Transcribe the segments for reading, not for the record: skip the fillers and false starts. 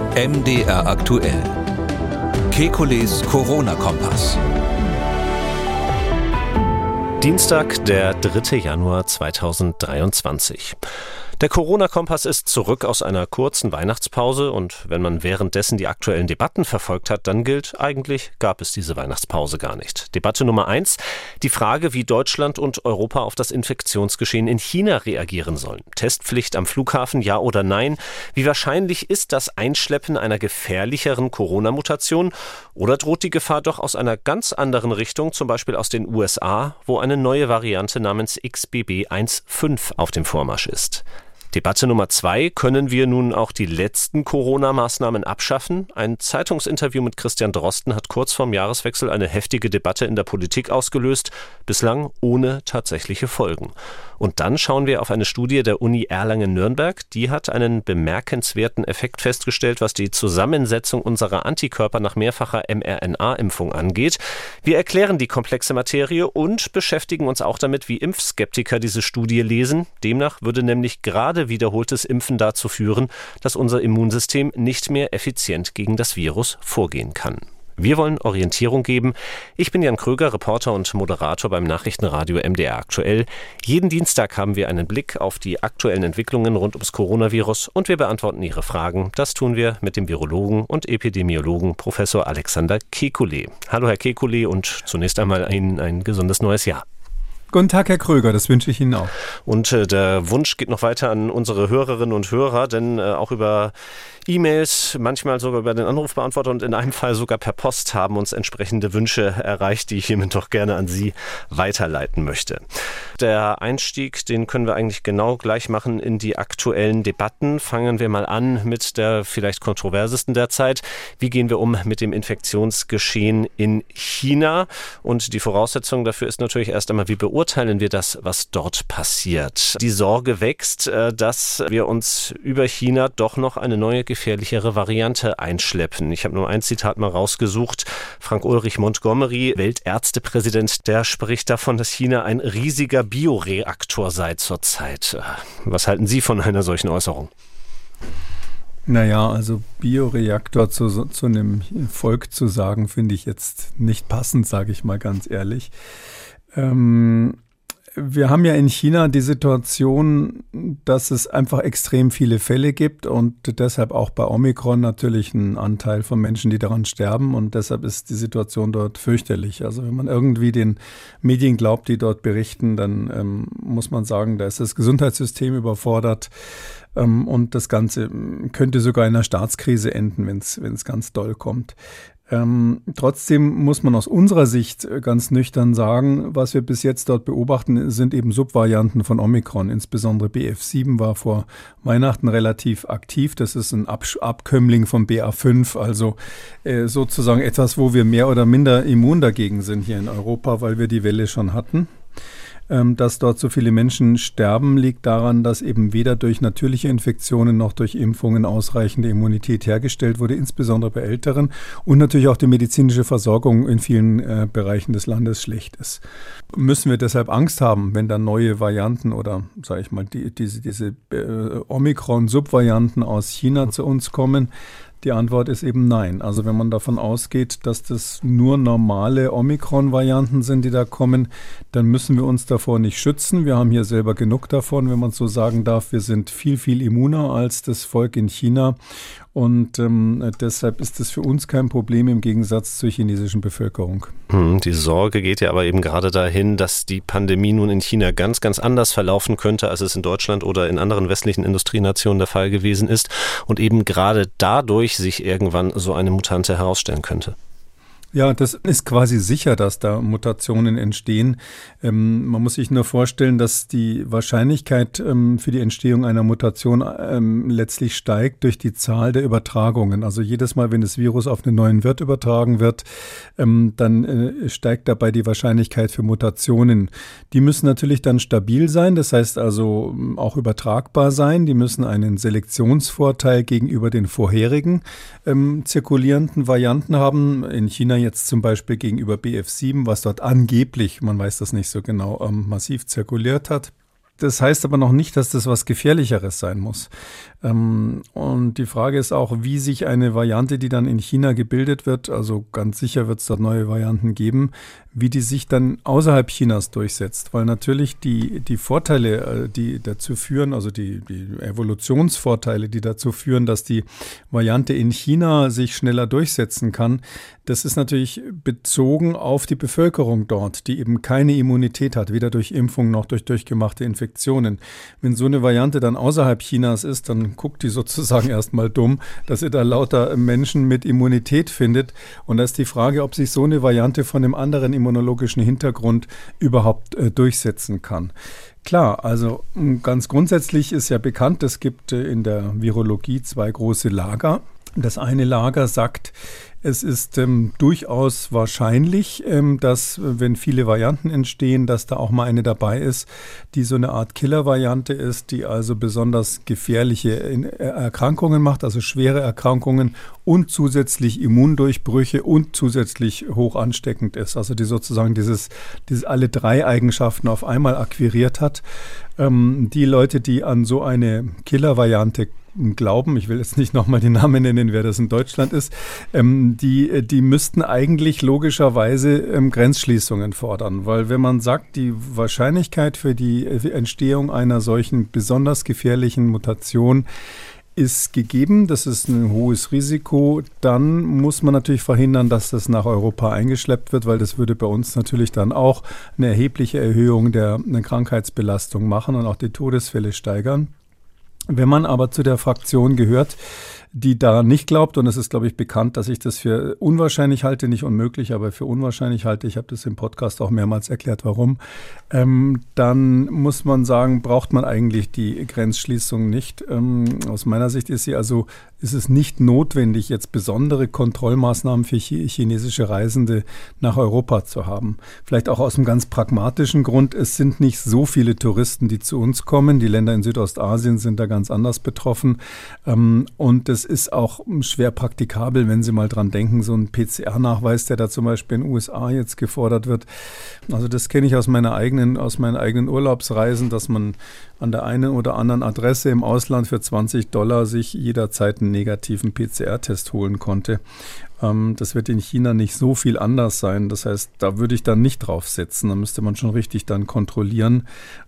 MDR aktuell. Kekules Corona-Kompass. Dienstag, der 3. Januar 2023. Der Corona-Kompass ist zurück aus einer kurzen Weihnachtspause und wenn man währenddessen die aktuellen Debatten verfolgt hat, dann gilt, eigentlich gab es diese Weihnachtspause gar nicht. Debatte Nummer 1, die Frage, wie Deutschland und Europa auf das Infektionsgeschehen in China reagieren sollen. Testpflicht am Flughafen, ja oder nein? Wie wahrscheinlich ist das Einschleppen einer gefährlicheren Corona-Mutation? Oder droht die Gefahr doch aus einer ganz anderen Richtung, zum Beispiel aus den USA, wo eine neue Variante namens XBB.1.5 auf dem Vormarsch ist? Debatte Nummer 2, können wir nun auch die letzten Corona-Maßnahmen abschaffen? Ein Zeitungsinterview mit Christian Drosten hat kurz vorm Jahreswechsel eine heftige Debatte in der Politik ausgelöst, bislang ohne tatsächliche Folgen. Und dann schauen wir auf eine Studie der Uni Erlangen-Nürnberg. Die hat einen bemerkenswerten Effekt festgestellt, was die Zusammensetzung unserer Antikörper nach mehrfacher mRNA-Impfung angeht. Wir erklären die komplexe Materie und beschäftigen uns auch damit, wie Impfskeptiker diese Studie lesen. Demnach würde nämlich gerade wiederholtes Impfen dazu führen, dass unser Immunsystem nicht mehr effizient gegen das Virus vorgehen kann. Wir wollen Orientierung geben. Ich bin Jan Kröger, Reporter und Moderator beim Nachrichtenradio MDR aktuell. Jeden Dienstag haben wir einen Blick auf die aktuellen Entwicklungen rund ums Coronavirus und wir beantworten Ihre Fragen. Das tun wir mit dem Virologen und Epidemiologen Professor Alexander Kekulé. Hallo Herr Kekulé und zunächst einmal Ihnen ein gesundes neues Jahr. Guten Tag, Herr Kröger, das wünsche ich Ihnen auch. Und der Wunsch geht noch weiter an unsere Hörerinnen und Hörer, denn auch über E-Mails, manchmal sogar über den Anrufbeantworter und in einem Fall sogar per Post haben uns entsprechende Wünsche erreicht, die ich hiermit doch gerne an Sie weiterleiten möchte. Der Einstieg, den können wir eigentlich genau gleich machen in die aktuellen Debatten. Fangen wir mal an mit der vielleicht kontroversesten derzeit. Wie gehen wir um mit dem Infektionsgeschehen in China? Und die Voraussetzung dafür ist natürlich erst einmal, wie beurteilen wir das, was dort passiert? Die Sorge wächst, dass wir uns über China doch noch eine neue gefährlichere Variante einschleppen. Ich habe nur ein Zitat mal rausgesucht. Frank-Ulrich Montgomery, Weltärztepräsident, der spricht davon, dass China ein riesiger Bioreaktor sei zurzeit. Was halten Sie von einer solchen Äußerung? Naja, also Bioreaktor zu einem Volk zu sagen, finde ich jetzt nicht passend, sage ich mal ganz ehrlich. Wir haben ja in China die Situation, dass es einfach extrem viele Fälle gibt und deshalb auch bei Omikron natürlich ein Anteil von Menschen, die daran sterben und deshalb ist die Situation dort fürchterlich. Also wenn man irgendwie den Medien glaubt, die dort berichten, dann muss man sagen, da ist das Gesundheitssystem überfordert und das Ganze könnte sogar in einer Staatskrise enden, wenn es ganz doll kommt. Trotzdem muss man aus unserer Sicht ganz nüchtern sagen, was wir bis jetzt dort beobachten, sind eben Subvarianten von Omikron. Insbesondere BF7 war vor Weihnachten relativ aktiv. Das ist ein Abkömmling von BA5, also sozusagen etwas, wo wir mehr oder minder immun dagegen sind hier in Europa, weil wir die Welle schon hatten. Dass dort so viele Menschen sterben, liegt daran, dass eben weder durch natürliche Infektionen noch durch Impfungen ausreichende Immunität hergestellt wurde, insbesondere bei Älteren und natürlich auch die medizinische Versorgung in vielen Bereichen des Landes schlecht ist. Müssen wir deshalb Angst haben, wenn dann neue Varianten oder, sage ich mal, diese Omikron-Subvarianten aus China zu uns kommen? Die Antwort ist eben nein. Also wenn man davon ausgeht, dass das nur normale Omikron-Varianten sind, die da kommen, dann müssen wir uns davor nicht schützen. Wir haben hier selber genug davon, wenn man so sagen darf. Wir sind viel, viel immuner als das Volk in China. Und deshalb ist das für uns kein Problem im Gegensatz zur chinesischen Bevölkerung. Die Sorge geht ja aber eben gerade dahin, dass die Pandemie nun in China ganz, ganz anders verlaufen könnte, als es in Deutschland oder in anderen westlichen Industrienationen der Fall gewesen ist und eben gerade dadurch sich irgendwann so eine Mutante herausstellen könnte. Ja, das ist quasi sicher, dass da Mutationen entstehen. Man muss sich nur vorstellen, dass die Wahrscheinlichkeit für die Entstehung einer Mutation letztlich steigt durch die Zahl der Übertragungen. Also jedes Mal, wenn das Virus auf einen neuen Wirt übertragen wird, dann steigt dabei die Wahrscheinlichkeit für Mutationen. Die müssen natürlich dann stabil sein, das heißt also auch übertragbar sein. Die müssen einen Selektionsvorteil gegenüber den vorherigen zirkulierenden Varianten haben. In China jetzt zum Beispiel gegenüber BF7, was dort angeblich, man weiß das nicht so genau, massiv zirkuliert hat. Das heißt aber noch nicht, dass das was Gefährlicheres sein muss. Und die Frage ist auch, wie sich eine Variante, die dann in China gebildet wird, also ganz sicher wird es dort neue Varianten geben, wie die sich dann außerhalb Chinas durchsetzt. Weil natürlich die Vorteile, die dazu führen, also die Evolutionsvorteile, die dazu führen, dass die Variante in China sich schneller durchsetzen kann, das ist natürlich bezogen auf die Bevölkerung dort, die eben keine Immunität hat, weder durch Impfung noch durch durchgemachte Infektionen. Wenn so eine Variante dann außerhalb Chinas ist, dann guckt die sozusagen erstmal dumm, dass ihr da lauter Menschen mit Immunität findet. Und da ist die Frage, ob sich so eine Variante von einem anderen immunologischen Hintergrund überhaupt durchsetzen kann. Klar, also ganz grundsätzlich ist ja bekannt, es gibt in der Virologie 2 große Lager. Das eine Lager sagt, es ist durchaus wahrscheinlich, dass, wenn viele Varianten entstehen, dass da auch mal eine dabei ist, die so eine Art Killer-Variante ist, die also besonders gefährliche Erkrankungen macht, also schwere Erkrankungen und zusätzlich Immundurchbrüche und zusätzlich hoch ansteckend ist. Also die sozusagen dieses alle 3 Eigenschaften auf einmal akquiriert hat. Die Leute, die an so eine Killer-Variante glauben, ich will jetzt nicht nochmal den Namen nennen, wer das in Deutschland ist, die müssten eigentlich logischerweise Grenzschließungen fordern, weil wenn man sagt, die Wahrscheinlichkeit für die Entstehung einer solchen besonders gefährlichen Mutation ist gegeben, das ist ein hohes Risiko, dann muss man natürlich verhindern, dass das nach Europa eingeschleppt wird, weil das würde bei uns natürlich dann auch eine erhebliche Erhöhung der Krankheitsbelastung machen und auch die Todesfälle steigern. Wenn man aber zu der Fraktion gehört, die daran nicht glaubt, und es ist, glaube ich, bekannt, dass ich das für unwahrscheinlich halte, nicht unmöglich, aber für unwahrscheinlich halte, ich habe das im Podcast auch mehrmals erklärt, warum, dann muss man sagen, braucht man eigentlich die Grenzschließung nicht. Aus meiner Sicht ist es nicht notwendig, jetzt besondere Kontrollmaßnahmen für chinesische Reisende nach Europa zu haben. Vielleicht auch aus einem ganz pragmatischen Grund, es sind nicht so viele Touristen, die zu uns kommen. Die Länder in Südostasien sind da ganz anders betroffen. Und das ist auch schwer praktikabel, wenn Sie mal dran denken, so ein PCR-Nachweis, der da zum Beispiel in den USA jetzt gefordert wird. Also das kenne ich aus meinen eigenen Urlaubsreisen, dass man an der einen oder anderen Adresse im Ausland für $20 sich jederzeit einen negativen PCR-Test holen konnte. Das wird in China nicht so viel anders sein. Das heißt, da würde ich dann nicht drauf setzen. Da müsste man schon richtig dann kontrollieren.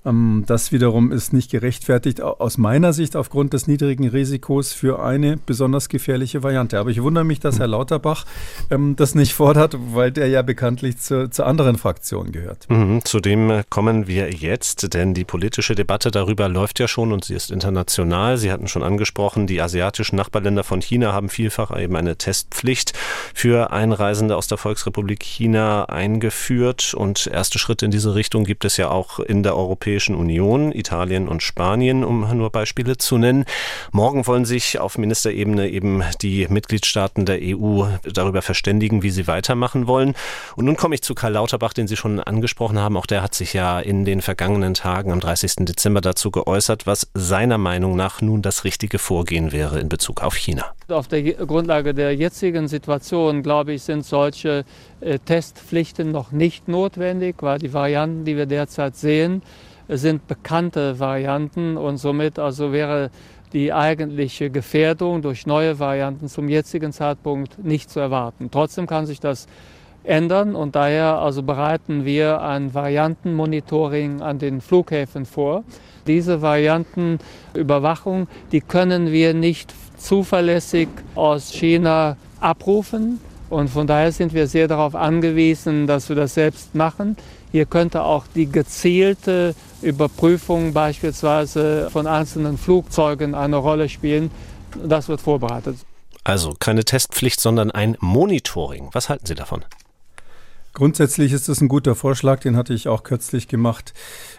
Das wiederum ist nicht gerechtfertigt, aus meiner Sicht aufgrund des niedrigen Risikos für eine besonders gefährliche Variante. Aber ich wundere mich, dass Herr Lauterbach das nicht fordert, weil der ja bekanntlich zur anderen Fraktion gehört. Zu dem kommen wir jetzt, denn die politische Debatte darüber läuft ja schon und sie ist international. Sie hatten schon angesprochen, die asiatischen Nachbarländer von China haben vielfach eben eine Testpflicht für Einreisende aus der Volksrepublik China eingeführt. Und erste Schritte in diese Richtung gibt es ja auch in der Europäischen Union, Italien und Spanien, um nur Beispiele zu nennen. Morgen wollen sich auf Ministerebene eben die Mitgliedstaaten der EU darüber verständigen, wie sie weitermachen wollen. Und nun komme ich zu Karl Lauterbach, den Sie schon angesprochen haben. Auch der hat sich ja in den vergangenen Tagen am 30. Dezember dazu geäußert, was seiner Meinung nach nun das richtige Vorgehen wäre in Bezug auf China. Auf der Grundlage der jetzigen Situation, glaube ich, sind solche Testpflichten noch nicht notwendig, weil die Varianten, die wir derzeit sehen, sind bekannte Varianten und somit also wäre die eigentliche Gefährdung durch neue Varianten zum jetzigen Zeitpunkt nicht zu erwarten. Trotzdem kann sich das ändern und daher also bereiten wir ein Variantenmonitoring an den Flughäfen vor. Diese Variantenüberwachung, die können wir nicht zuverlässig aus China abrufen und von daher sind wir sehr darauf angewiesen, dass wir das selbst machen. Hier könnte auch die gezielte Überprüfung beispielsweise von einzelnen Flugzeugen eine Rolle spielen. Das wird vorbereitet. Also keine Testpflicht, sondern ein Monitoring. Was halten Sie davon? Grundsätzlich ist das ein guter Vorschlag, den hatte ich auch kürzlich gemacht.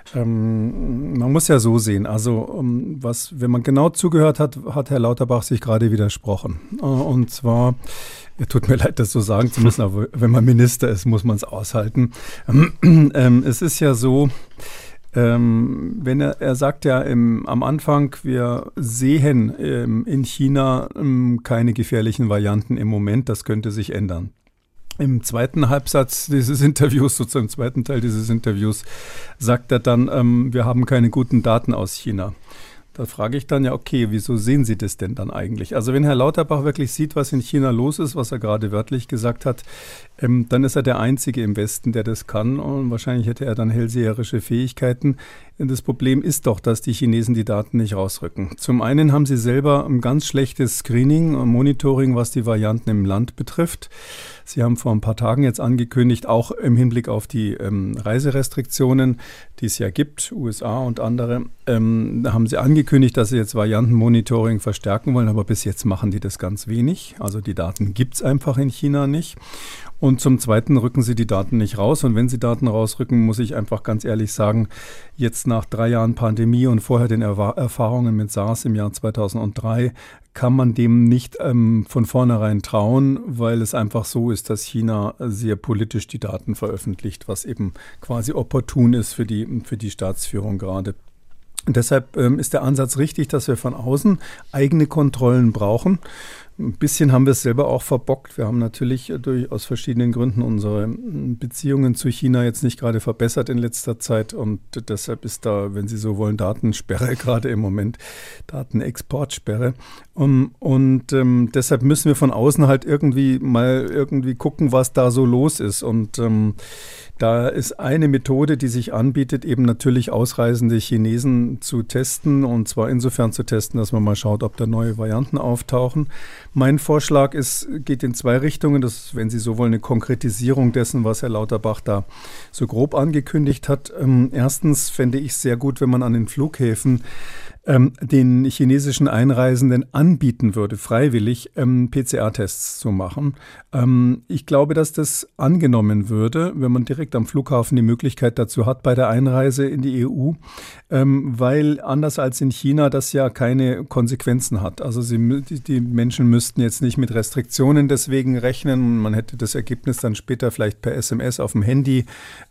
Man muss ja so sehen, also wenn man genau zugehört hat, hat Herr Lauterbach sich gerade widersprochen. Und zwar, tut mir leid, das so sagen zu müssen, aber wenn man Minister ist, muss man es aushalten. Es ist ja so, wenn er sagt ja am Anfang, wir sehen in China keine gefährlichen Varianten im Moment, das könnte sich ändern. Im zweiten Halbsatz dieses Interviews, sozusagen im zweiten Teil dieses Interviews, sagt er dann, wir haben keine guten Daten aus China. Da frage ich dann ja, okay, wieso sehen Sie das denn dann eigentlich? Also wenn Herr Lauterbach wirklich sieht, was in China los ist, was er gerade wörtlich gesagt hat, dann ist er der Einzige im Westen, der das kann, und wahrscheinlich hätte er dann hellseherische Fähigkeiten. Das Problem ist doch, dass die Chinesen die Daten nicht rausrücken. Zum einen haben sie selber ein ganz schlechtes Screening und Monitoring, was die Varianten im Land betrifft. Sie haben vor ein paar Tagen jetzt angekündigt, auch im Hinblick auf die Reiserestriktionen, die es ja gibt, USA und andere, haben sie angekündigt, dass sie jetzt Variantenmonitoring verstärken wollen, aber bis jetzt machen die das ganz wenig. Also die Daten gibt es einfach in China nicht. Und zum Zweiten rücken sie die Daten nicht raus. Und wenn sie Daten rausrücken, muss ich einfach ganz ehrlich sagen, jetzt nach 3 Jahren Pandemie und vorher den Erfahrungen mit SARS im Jahr 2003, kann man dem nicht von vornherein trauen, weil es einfach so ist, dass China sehr politisch die Daten veröffentlicht, was eben quasi opportun ist für die Staatsführung gerade. Und deshalb ist der Ansatz richtig, dass wir von außen eigene Kontrollen brauchen. Ein bisschen haben wir es selber auch verbockt. Wir haben natürlich aus verschiedenen Gründen unsere Beziehungen zu China jetzt nicht gerade verbessert in letzter Zeit. Und deshalb ist da, wenn Sie so wollen, Datensperre gerade im Moment, Datenexportsperre. Und deshalb müssen wir von außen halt irgendwie gucken, was da so los ist. Und da ist eine Methode, die sich anbietet, eben natürlich ausreisende Chinesen zu testen. Und zwar insofern zu testen, dass man mal schaut, ob da neue Varianten auftauchen. Mein Vorschlag geht in 2 Richtungen. Das ist, wenn Sie so wollen, eine Konkretisierung dessen, was Herr Lauterbach da so grob angekündigt hat. Erstens fände ich es sehr gut, wenn man an den Flughäfen den chinesischen Einreisenden anbieten würde, freiwillig PCR-Tests zu machen. Ich glaube, dass das angenommen würde, wenn man direkt am Flughafen die Möglichkeit dazu hat bei der Einreise in die EU, weil anders als in China das ja keine Konsequenzen hat. Also die Menschen müssten jetzt nicht mit Restriktionen deswegen rechnen. Man hätte das Ergebnis dann später vielleicht per SMS auf dem Handy.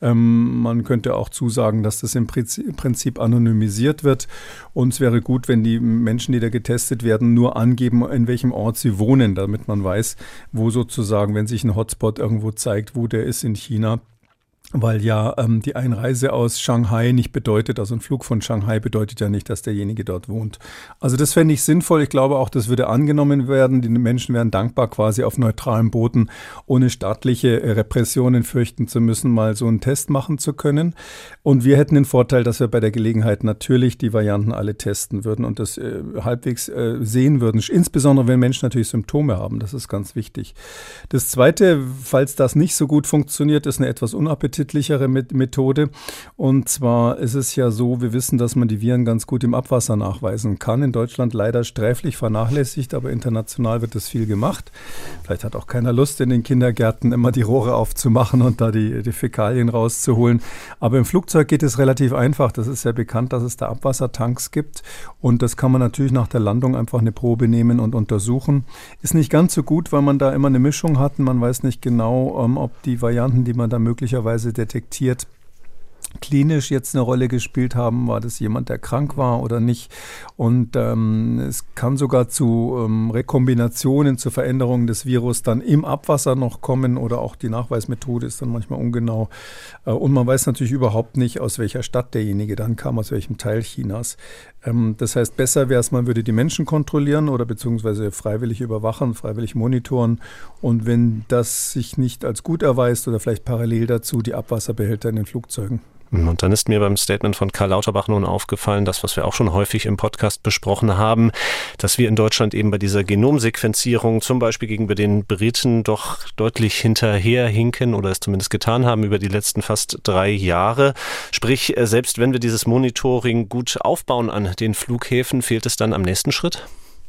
Man könnte auch zusagen, dass das im Prinzip anonymisiert wird. Und es wäre gut, wenn die Menschen, die da getestet werden, nur angeben, in welchem Ort sie wohnen, damit man weiß, wo sozusagen, wenn sich ein Hotspot irgendwo zeigt, wo der ist in China. Weil ja die Einreise aus Shanghai nicht bedeutet, also ein Flug von Shanghai bedeutet ja nicht, dass derjenige dort wohnt. Also das fände ich sinnvoll. Ich glaube auch, das würde angenommen werden. Die Menschen wären dankbar, quasi auf neutralem Boden, ohne staatliche Repressionen fürchten zu müssen, mal so einen Test machen zu können. Und wir hätten den Vorteil, dass wir bei der Gelegenheit natürlich die Varianten alle testen würden und das halbwegs sehen würden. Insbesondere, wenn Menschen natürlich Symptome haben. Das ist ganz wichtig. Das Zweite, falls das nicht so gut funktioniert, ist eine etwas unappetitlichere Methode. Und zwar ist es ja so, wir wissen, dass man die Viren ganz gut im Abwasser nachweisen kann. In Deutschland leider sträflich vernachlässigt, aber international wird das viel gemacht. Vielleicht hat auch keiner Lust, in den Kindergärten immer die Rohre aufzumachen und da die Fäkalien rauszuholen. Aber im Flugzeug geht es relativ einfach. Das ist ja bekannt, dass es da Abwassertanks gibt. Und das kann man natürlich nach der Landung einfach eine Probe nehmen und untersuchen. Ist nicht ganz so gut, weil man da immer eine Mischung hat. Man weiß nicht genau, ob die Varianten, die man da möglicherweise detektiert, klinisch jetzt eine Rolle gespielt haben. War das jemand, der krank war oder nicht? Und es kann sogar zu Rekombinationen, zu Veränderungen des Virus dann im Abwasser noch kommen oder auch die Nachweismethode ist dann manchmal ungenau. Und man weiß natürlich überhaupt nicht, aus welcher Stadt derjenige dann kam, aus welchem Teil Chinas. Das heißt, besser wäre es, man würde die Menschen kontrollieren oder beziehungsweise freiwillig überwachen, freiwillig monitoren. Und wenn das sich nicht als gut erweist oder vielleicht parallel dazu die Abwasserbehälter in den Flugzeugen. Und dann ist mir beim Statement von Karl Lauterbach nun aufgefallen, das, was wir auch schon häufig im Podcast besprochen haben, dass wir in Deutschland eben bei dieser Genomsequenzierung zum Beispiel gegenüber den Briten doch deutlich hinterherhinken oder es zumindest getan haben über die letzten fast 3 Jahre. Sprich, selbst wenn wir dieses Monitoring gut aufbauen an den Flughäfen, fehlt es dann am nächsten Schritt?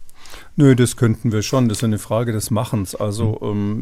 Nö, das könnten wir schon. Das ist eine Frage des Machens. Also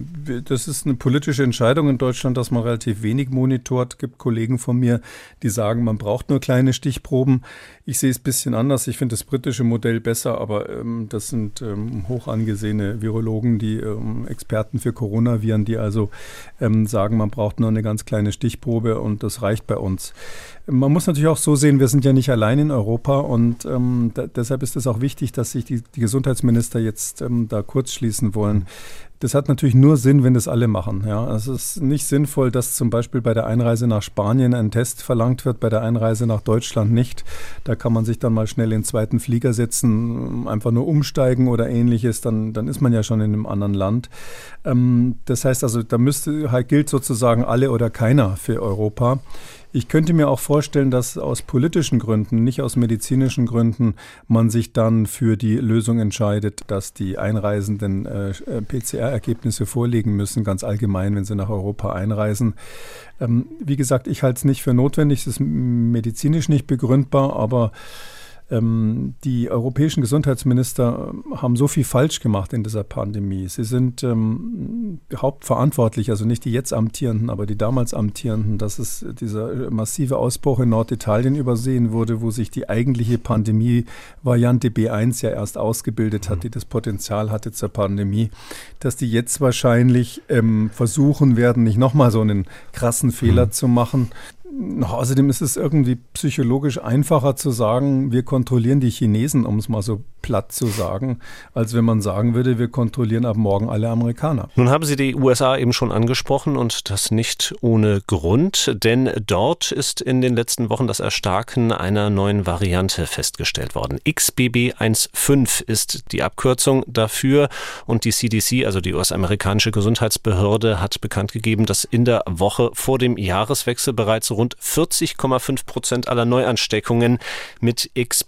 das ist eine politische Entscheidung in Deutschland, dass man relativ wenig monitort. Es gibt Kollegen von mir, die sagen, man braucht nur kleine Stichproben. Ich sehe es ein bisschen anders. Ich finde das britische Modell besser, aber das sind hoch angesehene Virologen, die Experten für Coronaviren, die also sagen, man braucht nur eine ganz kleine Stichprobe und das reicht bei uns. Man muss natürlich auch so sehen, wir sind ja nicht allein in Europa und deshalb ist es auch wichtig, dass sich die Gesundheitsminister jetzt da kurz schließen wollen. Das hat natürlich nur Sinn, wenn das alle machen. Ja. Also es ist nicht sinnvoll, dass zum Beispiel bei der Einreise nach Spanien ein Test verlangt wird, bei der Einreise nach Deutschland nicht. Da kann man sich dann mal schnell in den zweiten Flieger setzen, einfach nur umsteigen oder ähnliches, dann ist man ja schon in einem anderen Land. Das heißt also, da gilt sozusagen alle oder keiner für Europa. Ich könnte mir auch vorstellen, dass aus politischen Gründen, nicht aus medizinischen Gründen, man sich dann für die Lösung entscheidet, dass die Einreisenden PCR-Ergebnisse vorlegen müssen, ganz allgemein, wenn sie nach Europa einreisen. Wie gesagt, ich halte es nicht für notwendig, es ist medizinisch nicht begründbar, aber die europäischen Gesundheitsminister haben so viel falsch gemacht in dieser Pandemie. Sie sind hauptverantwortlich, also nicht die jetzt Amtierenden, aber die damals Amtierenden, dass es dieser massive Ausbruch in Norditalien übersehen wurde, wo sich die eigentliche Pandemie-Variante B1 ja erst ausgebildet hat, die das Potenzial hatte zur Pandemie, dass die jetzt wahrscheinlich versuchen werden, nicht nochmal so einen krassen Fehler zu machen. Außerdem ist es irgendwie psychologisch einfacher zu sagen, wir kontrollieren die Chinesen, um es mal so platt zu sagen, als wenn man sagen würde, wir kontrollieren ab morgen alle Amerikaner. Nun haben Sie die USA eben schon angesprochen und das nicht ohne Grund, denn dort ist in den letzten Wochen das Erstarken einer neuen Variante festgestellt worden. XBB.1.5 ist die Abkürzung dafür und die CDC, also die US-amerikanische Gesundheitsbehörde, hat bekannt gegeben, dass in der Woche vor dem Jahreswechsel bereits rund 40,5% aller Neuansteckungen mit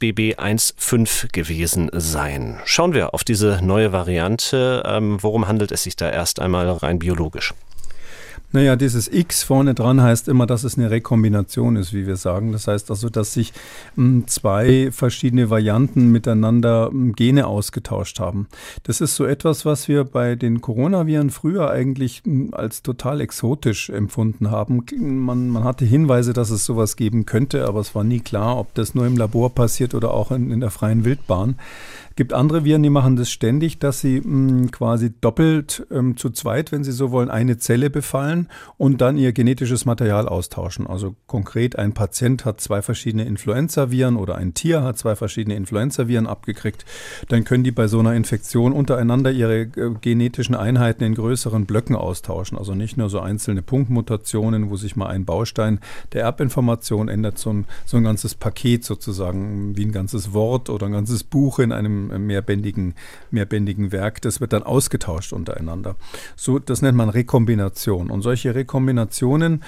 XBB.1.5 gewesen seien. Schauen wir auf diese neue Variante. Worum handelt es sich da erst einmal rein biologisch? Naja, dieses X vorne dran heißt immer, dass es eine Rekombination ist, wie wir sagen. Das heißt also, dass sich zwei verschiedene Varianten miteinander Gene ausgetauscht haben. Das ist so etwas, was wir bei den Coronaviren früher eigentlich als total exotisch empfunden haben. Man hatte Hinweise, dass es sowas geben könnte, aber es war nie klar, ob das nur im Labor passiert oder auch in der freien Wildbahn. Es gibt andere Viren, die machen das ständig, dass sie quasi doppelt zu zweit, wenn sie so wollen, eine Zelle befallen und dann ihr genetisches Material austauschen. Also konkret, ein Patient hat zwei verschiedene Influenza-Viren oder ein Tier hat zwei verschiedene Influenza-Viren abgekriegt. Dann können die bei so einer Infektion untereinander ihre genetischen Einheiten in größeren Blöcken austauschen. Also nicht nur so einzelne Punktmutationen, wo sich mal ein Baustein der Erbinformation ändert, so ein ganzes Paket sozusagen, wie ein ganzes Wort oder ein ganzes Buch in einem mehrbändigen Werk. Das wird dann ausgetauscht untereinander. So, das nennt man Rekombination. Und solche Rekombinationen,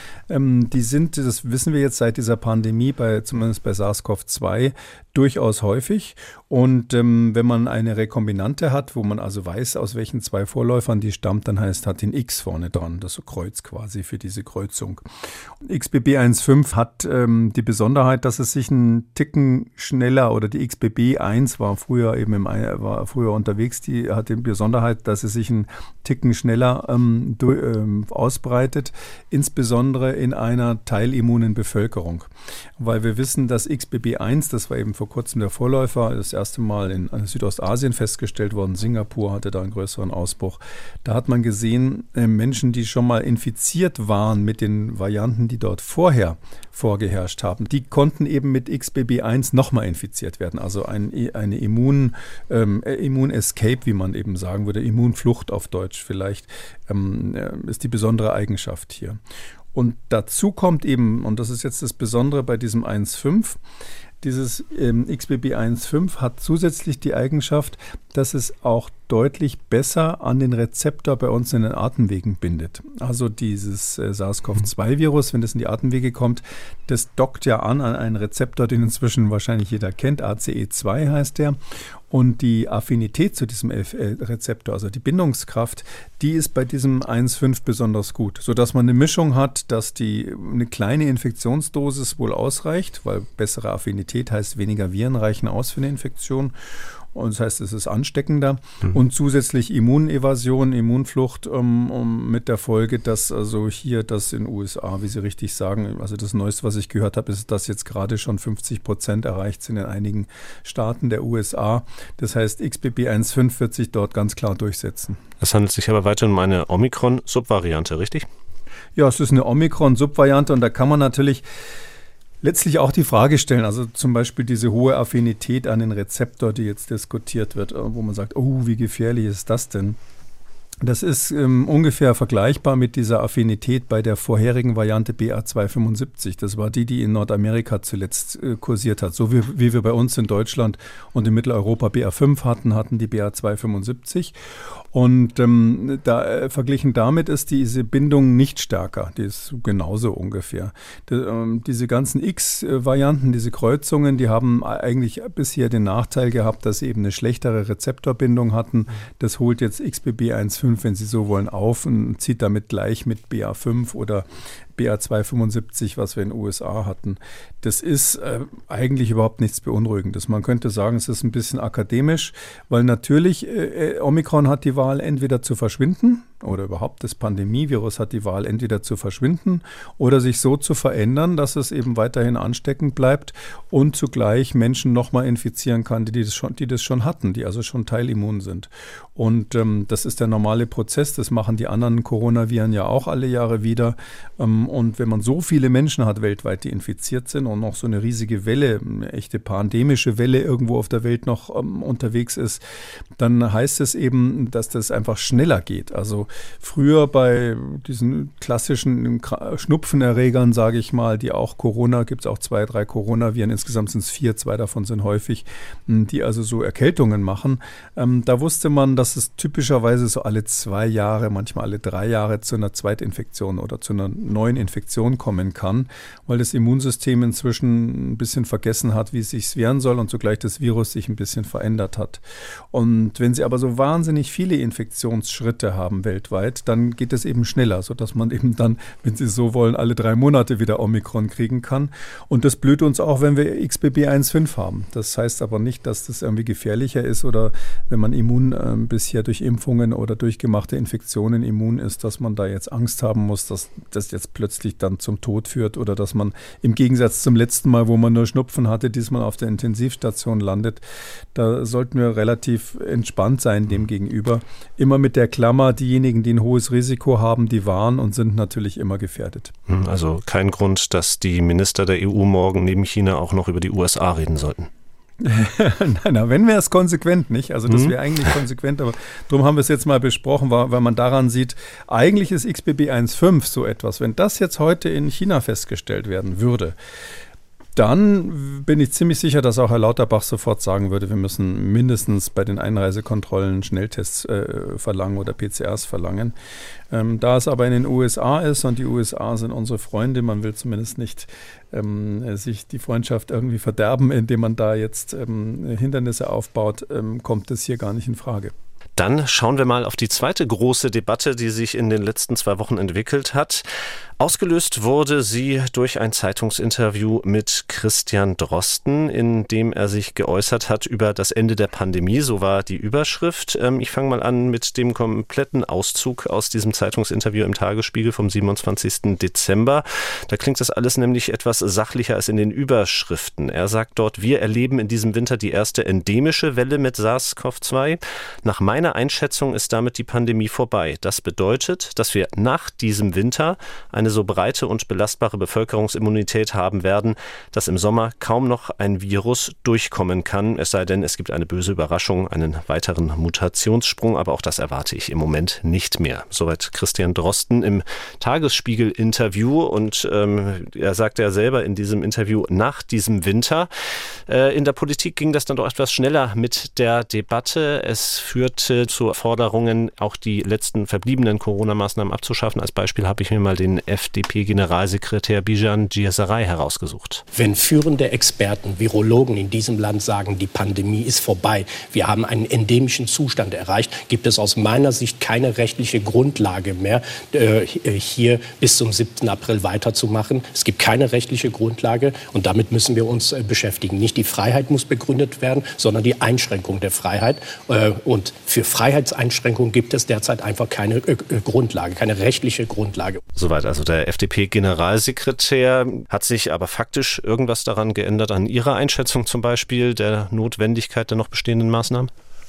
das wissen wir jetzt seit dieser Pandemie, zumindest bei SARS-CoV-2, durchaus häufig. Und wenn man eine Rekombinante hat, wo man also weiß, aus welchen zwei Vorläufern die stammt, dann hat den X vorne dran, das Kreuz quasi für diese Kreuzung. XBB.1.5 hat die Besonderheit, dass es sich einen Ticken schneller, oder die XBB.1 war früher unterwegs, die hat die Besonderheit, dass es sich einen Ticken schneller ausbreitet, insbesondere in einer teilimmunen Bevölkerung. Weil wir wissen, dass XBB.1, das war eben vor kurzem der Vorläufer, das erste Mal in Südostasien festgestellt worden, Singapur hatte da einen größeren Ausbruch. Da hat man gesehen, Menschen, die schon mal infiziert waren mit den Varianten, die dort vorher vorgeherrscht haben, die konnten eben mit XBB.1 nochmal infiziert werden. Also eine Immun-Escape, wie man eben sagen würde, Immunflucht auf Deutsch vielleicht, ist die besondere Eigenschaft hier. Und dazu kommt eben, und das ist jetzt das Besondere bei diesem 1.5, dieses XBB.1.5 hat zusätzlich die Eigenschaft, dass es auch deutlich besser an den Rezeptor bei uns in den Atemwegen bindet. Also dieses SARS-CoV-2-Virus, wenn das in die Atemwege kommt, das dockt ja an einen Rezeptor, den inzwischen wahrscheinlich jeder kennt, ACE2 heißt der. Und die Affinität zu diesem Rezeptor, also die Bindungskraft, die ist bei diesem 1.5 besonders gut, sodass man eine Mischung hat, dass eine kleine Infektionsdosis wohl ausreicht, weil bessere Affinität heißt, weniger Viren reichen aus für eine Infektion. Und das heißt, es ist ansteckender und zusätzlich Immunevasion, Immunflucht mit der Folge, dass also hier das in den USA, wie Sie richtig sagen, also das Neueste, was ich gehört habe, ist, dass jetzt gerade schon 50% erreicht sind in einigen Staaten der USA. Das heißt, XBB.1.5 wird sich dort ganz klar durchsetzen. Es handelt sich aber weiterhin um eine Omikron-Subvariante, richtig? Ja, es ist eine Omikron-Subvariante und da kann man natürlich letztlich auch die Frage stellen, also zum Beispiel diese hohe Affinität an den Rezeptor, die jetzt diskutiert wird, wo man sagt, oh, wie gefährlich ist das denn? Das ist ungefähr vergleichbar mit dieser Affinität bei der vorherigen Variante BA275. Das war die in Nordamerika zuletzt kursiert hat. So wie wir bei uns in Deutschland und in Mitteleuropa BA5 hatten die BA275. Und verglichen damit ist diese Bindung nicht stärker. Die ist genauso ungefähr. Diese ganzen X-Varianten, diese Kreuzungen, die haben eigentlich bisher den Nachteil gehabt, dass sie eben eine schlechtere Rezeptorbindung hatten. Das holt jetzt XBB1.5, wenn Sie so wollen, auf und zieht damit gleich mit BA5 oder BA275, was wir in den USA hatten. Das ist eigentlich überhaupt nichts Beunruhigendes. Man könnte sagen, es ist ein bisschen akademisch, weil natürlich Omikron hat die Wahl, entweder zu verschwinden oder überhaupt das Pandemievirus hat die Wahl, entweder zu verschwinden oder sich so zu verändern, dass es eben weiterhin ansteckend bleibt und zugleich Menschen nochmal infizieren kann, die das schon hatten, die also schon teilimmun sind. Und das ist der normale Prozess, das machen die anderen Coronaviren ja auch alle Jahre wieder. Und wenn man so viele Menschen hat weltweit, die infiziert sind und noch so eine riesige Welle, eine echte pandemische Welle irgendwo auf der Welt noch unterwegs ist, dann heißt es eben, dass das einfach schneller geht. Also früher bei diesen klassischen Schnupfenerregern, sage ich mal, die auch gibt es auch 2, 3 Coronaviren, insgesamt sind es 4, 2 davon sind häufig, die also so Erkältungen machen. Da wusste man, dass es typischerweise so alle 2 Jahre, manchmal alle 3 Jahre zu einer Zweitinfektion oder zu einer neuen Infektion kommen kann, weil das Immunsystem inzwischen ein bisschen vergessen hat, wie es sich wehren soll und zugleich das Virus sich ein bisschen verändert hat. Und wenn Sie aber so wahnsinnig viele Infektionsschritte haben weltweit, dann geht es eben schneller, sodass man eben dann, wenn Sie so wollen, alle 3 Monate wieder Omikron kriegen kann. Und das blüht uns auch, wenn wir XBB1.5 haben. Das heißt aber nicht, dass das irgendwie gefährlicher ist oder wenn man immun bisher durch Impfungen oder durchgemachte Infektionen immun ist, dass man da jetzt Angst haben muss, dass das jetzt plötzlich dann zum Tod führt oder dass man im Gegensatz zum letzten Mal, wo man nur Schnupfen hatte, diesmal auf der Intensivstation landet. Da sollten wir relativ entspannt sein dem gegenüber. Immer mit der Klammer, diejenigen, die ein hohes Risiko haben, die waren und sind natürlich immer gefährdet. Also kein Grund, dass die Minister der EU morgen neben China auch noch über die USA reden sollten. Nein, wenn wäre es konsequent, nicht? Also das wäre eigentlich konsequent, aber darum haben wir es jetzt mal besprochen, weil man daran sieht, eigentlich ist XBB1.5 so etwas. Wenn das jetzt heute in China festgestellt werden würde, dann bin ich ziemlich sicher, dass auch Herr Lauterbach sofort sagen würde, wir müssen mindestens bei den Einreisekontrollen Schnelltests verlangen oder PCRs verlangen. Da es aber in den USA ist und die USA sind unsere Freunde, man will zumindest nicht sich die Freundschaft irgendwie verderben, indem man da jetzt Hindernisse aufbaut, kommt das hier gar nicht in Frage. Dann schauen wir mal auf die zweite große Debatte, die sich in den letzten 2 Wochen entwickelt hat. Ausgelöst wurde sie durch ein Zeitungsinterview mit Christian Drosten, in dem er sich geäußert hat über das Ende der Pandemie. So war die Überschrift. Ich fange mal an mit dem kompletten Auszug aus diesem Zeitungsinterview im Tagesspiegel vom 27. Dezember. Da klingt das alles nämlich etwas sachlicher als in den Überschriften. Er sagt dort, wir erleben in diesem Winter die erste endemische Welle mit SARS-CoV-2. Nach meiner Einschätzung ist damit die Pandemie vorbei. Das bedeutet, dass wir nach diesem Winter eine so breite und belastbare Bevölkerungsimmunität haben werden, dass im Sommer kaum noch ein Virus durchkommen kann. Es sei denn, es gibt eine böse Überraschung, einen weiteren Mutationssprung, aber auch das erwarte ich im Moment nicht mehr. Soweit Christian Drosten im Tagesspiegel-Interview und er sagte ja selber in diesem Interview nach diesem Winter. In der Politik ging das dann doch etwas schneller mit der Debatte. Es führte zu Forderungen, auch die letzten verbliebenen Corona-Maßnahmen abzuschaffen. Als Beispiel habe ich mir mal den FDP-Generalsekretär Bijan Giasaray herausgesucht. Wenn führende Experten, Virologen in diesem Land sagen, die Pandemie ist vorbei, wir haben einen endemischen Zustand erreicht, gibt es aus meiner Sicht keine rechtliche Grundlage mehr, hier bis zum 7. April weiterzumachen. Es gibt keine rechtliche Grundlage und damit müssen wir uns beschäftigen. Nicht die Freiheit muss begründet werden, sondern die Einschränkung der Freiheit. Und für Freiheitseinschränkungen gibt es derzeit einfach keine Grundlage, keine rechtliche Grundlage. Soweit also der FDP-Generalsekretär. Hat sich aber faktisch irgendwas daran geändert, an Ihrer Einschätzung zum Beispiel der Notwendigkeit der noch bestehenden Maßnahmen?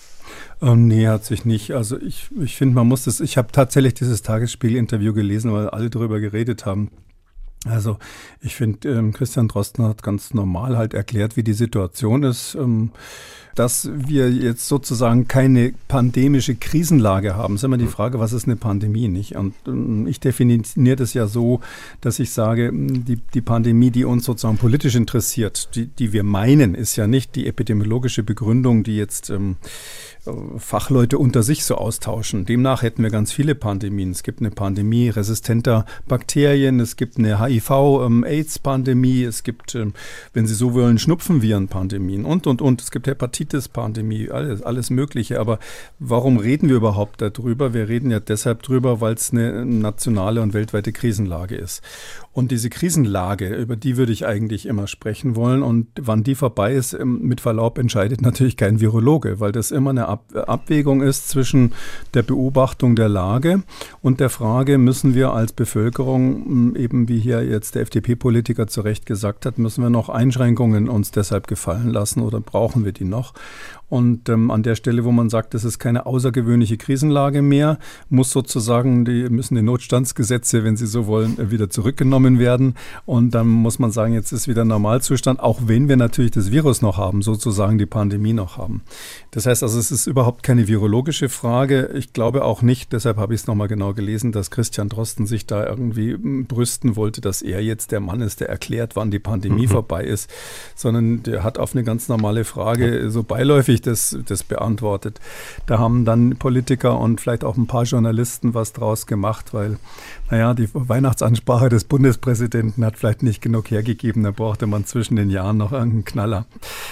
Nee, hat sich nicht. Also ich finde, man muss das, ich habe tatsächlich dieses Tagesspiegel-Interview gelesen, weil alle darüber geredet haben. Also ich finde, Christian Drosten hat ganz normal halt erklärt, wie die Situation ist. Dass wir jetzt sozusagen keine pandemische Krisenlage haben, ist immer die Frage, was ist eine Pandemie, nicht? Und ich definiere das ja so, dass ich sage, die Pandemie, die uns sozusagen politisch interessiert, die wir meinen, ist ja nicht die epidemiologische Begründung, die jetzt Fachleute unter sich so austauschen. Demnach hätten wir ganz viele Pandemien. Es gibt eine Pandemie resistenter Bakterien, es gibt eine HIV-AIDS-Pandemie, es gibt, wenn Sie so wollen, Schnupfenviren-Pandemien und. Es gibt Hepatitis-Pandemie, alles Mögliche. Aber warum reden wir überhaupt darüber? Wir reden ja deshalb drüber, weil es eine nationale und weltweite Krisenlage ist. Und diese Krisenlage, über die würde ich eigentlich immer sprechen wollen. Und wann die vorbei ist, mit Verlaub, entscheidet natürlich kein Virologe, weil das immer eine Abwägung ist zwischen der Beobachtung der Lage und der Frage, müssen wir als Bevölkerung, eben wie hier jetzt der FDP-Politiker zu Recht gesagt hat, müssen wir noch Einschränkungen uns deshalb gefallen lassen oder brauchen wir die noch? Und an der Stelle, wo man sagt, das ist keine außergewöhnliche Krisenlage mehr, müssen die Notstandsgesetze, wenn Sie so wollen, wieder zurückgenommen werden. Und dann muss man sagen, jetzt ist wieder Normalzustand, auch wenn wir natürlich das Virus noch haben, sozusagen die Pandemie noch haben. Das heißt also, es ist überhaupt keine virologische Frage. Ich glaube auch nicht, deshalb habe ich es nochmal genau gelesen, dass Christian Drosten sich da irgendwie brüsten wollte, dass er jetzt der Mann ist, der erklärt, wann die Pandemie vorbei ist, sondern der hat auf eine ganz normale Frage so beiläufig das beantwortet. Da haben dann Politiker und vielleicht auch ein paar Journalisten was draus gemacht, weil, die Weihnachtsansprache des Bundespräsidenten hat vielleicht nicht genug hergegeben, da brauchte man zwischen den Jahren noch irgendeinen Knaller.